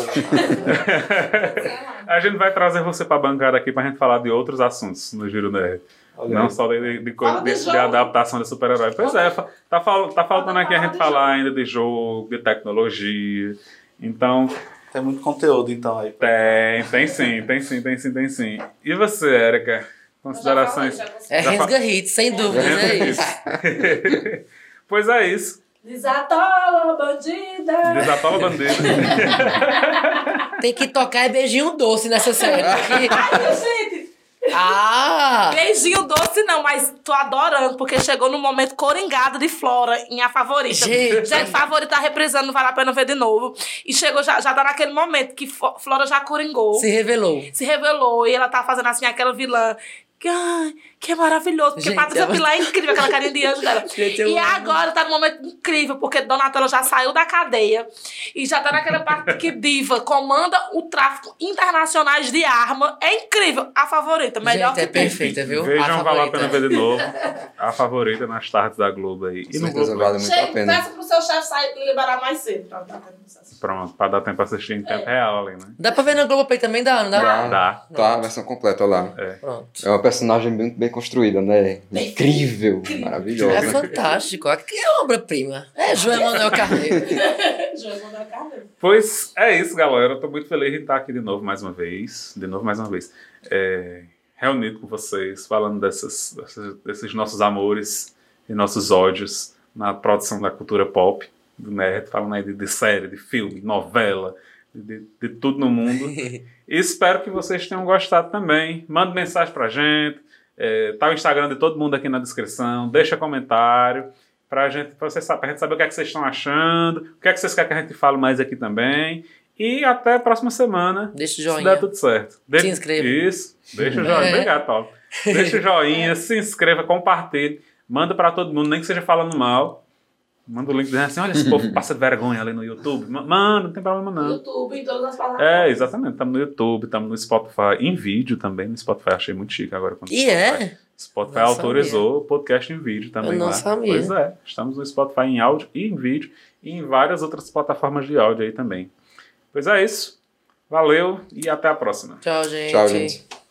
A gente vai trazer você pra bancada aqui pra gente falar de outros assuntos no Giro Nerd. Olha Não aí. só Fala de de jogo. adaptação de super-herói. Pois é, tá faltando aqui a gente falar ainda de jogo, de tecnologia. Então, Tem muito conteúdo então aí. tem sim. E você, Érica? Considerações? É Já Rensga Hits, sem dúvidas, é isso. Pois é isso. Desatola, bandida! Desatola a bandeira. Tem que tocar beijinho doce nessa série. Que- Ai, gente! Ah! Beijinho doce não, mas tô adorando, porque chegou no momento coringado de Flora em A Favorita. Gente. Favorita tá reprisando, não vale a pena ver de novo. E chegou, já tá naquele momento que Flora já coringou, Se revelou. se revelou, e ela tá fazendo assim, aquela vilã. Ai, que é maravilhoso, porque Gente, Patrícia ela- Pilar é incrível, aquela carinha de anjo dela. Gente, eu E amo. agora tá num momento incrível, porque Donatello já saiu da cadeia e já tá naquela parte que Diva comanda o tráfico internacional de arma. É incrível. A Favorita, melhor Gente, é que tem. perfeita, viu? Vejam, A vale a favorita. pena ver de novo. A Favorita nas tardes da Globo aí. Com E no certeza Globo. vale muito a Chega, pena. peça pro seu chefe sair e liberar mais cedo. Pra dar tempo de você. Pronto, pra dar tempo pra assistir em tempo real ali, né? Dá pra ver na Globoplay também, dá, não dá? Dá. Tá, a versão completa lá. Pronto. É uma personagem muito bem construída, né? Incrível, É maravilhosa. fantástico. Aqui é obra-prima. É João Manuel Carneiro. Já vou dar carne. Pois é isso, galera. Eu tô muito feliz de estar aqui de novo mais uma vez. Reunido com vocês, falando desses nossos amores e nossos ódios na produção da cultura pop, do nerd, falando aí de série, de filme, novela, de tudo no mundo. E espero que vocês tenham gostado também. Mande mensagem pra gente. Tá o Instagram de todo mundo aqui na descrição. Deixa comentário pra gente saber o que é que vocês estão achando, o que é que vocês querem que a gente fale mais aqui também. E até a próxima semana. Deixa o Se joinha. der tudo certo. Se inscreva. Isso. Deixa o joinha. Obrigado, Paulo. Deixa o joinha, se inscreva, compartilhe. Manda pra todo mundo, nem que seja falando mal. Manda o link dizendo assim, olha, esse povo passa vergonha ali no YouTube. Mano, não tem problema No não. YouTube, em todas as plataformas. Exatamente. Estamos no YouTube, estamos no Spotify. Em vídeo também. No Spotify achei muito chique agora. Quando E é? Spotify Não autorizou o podcast em vídeo também Eu não lá. sabia. Pois é. Estamos no Spotify em áudio e em vídeo. E em várias outras plataformas de áudio aí também. Pois é isso. Valeu e até a próxima. Tchau, gente. Tchau, gente.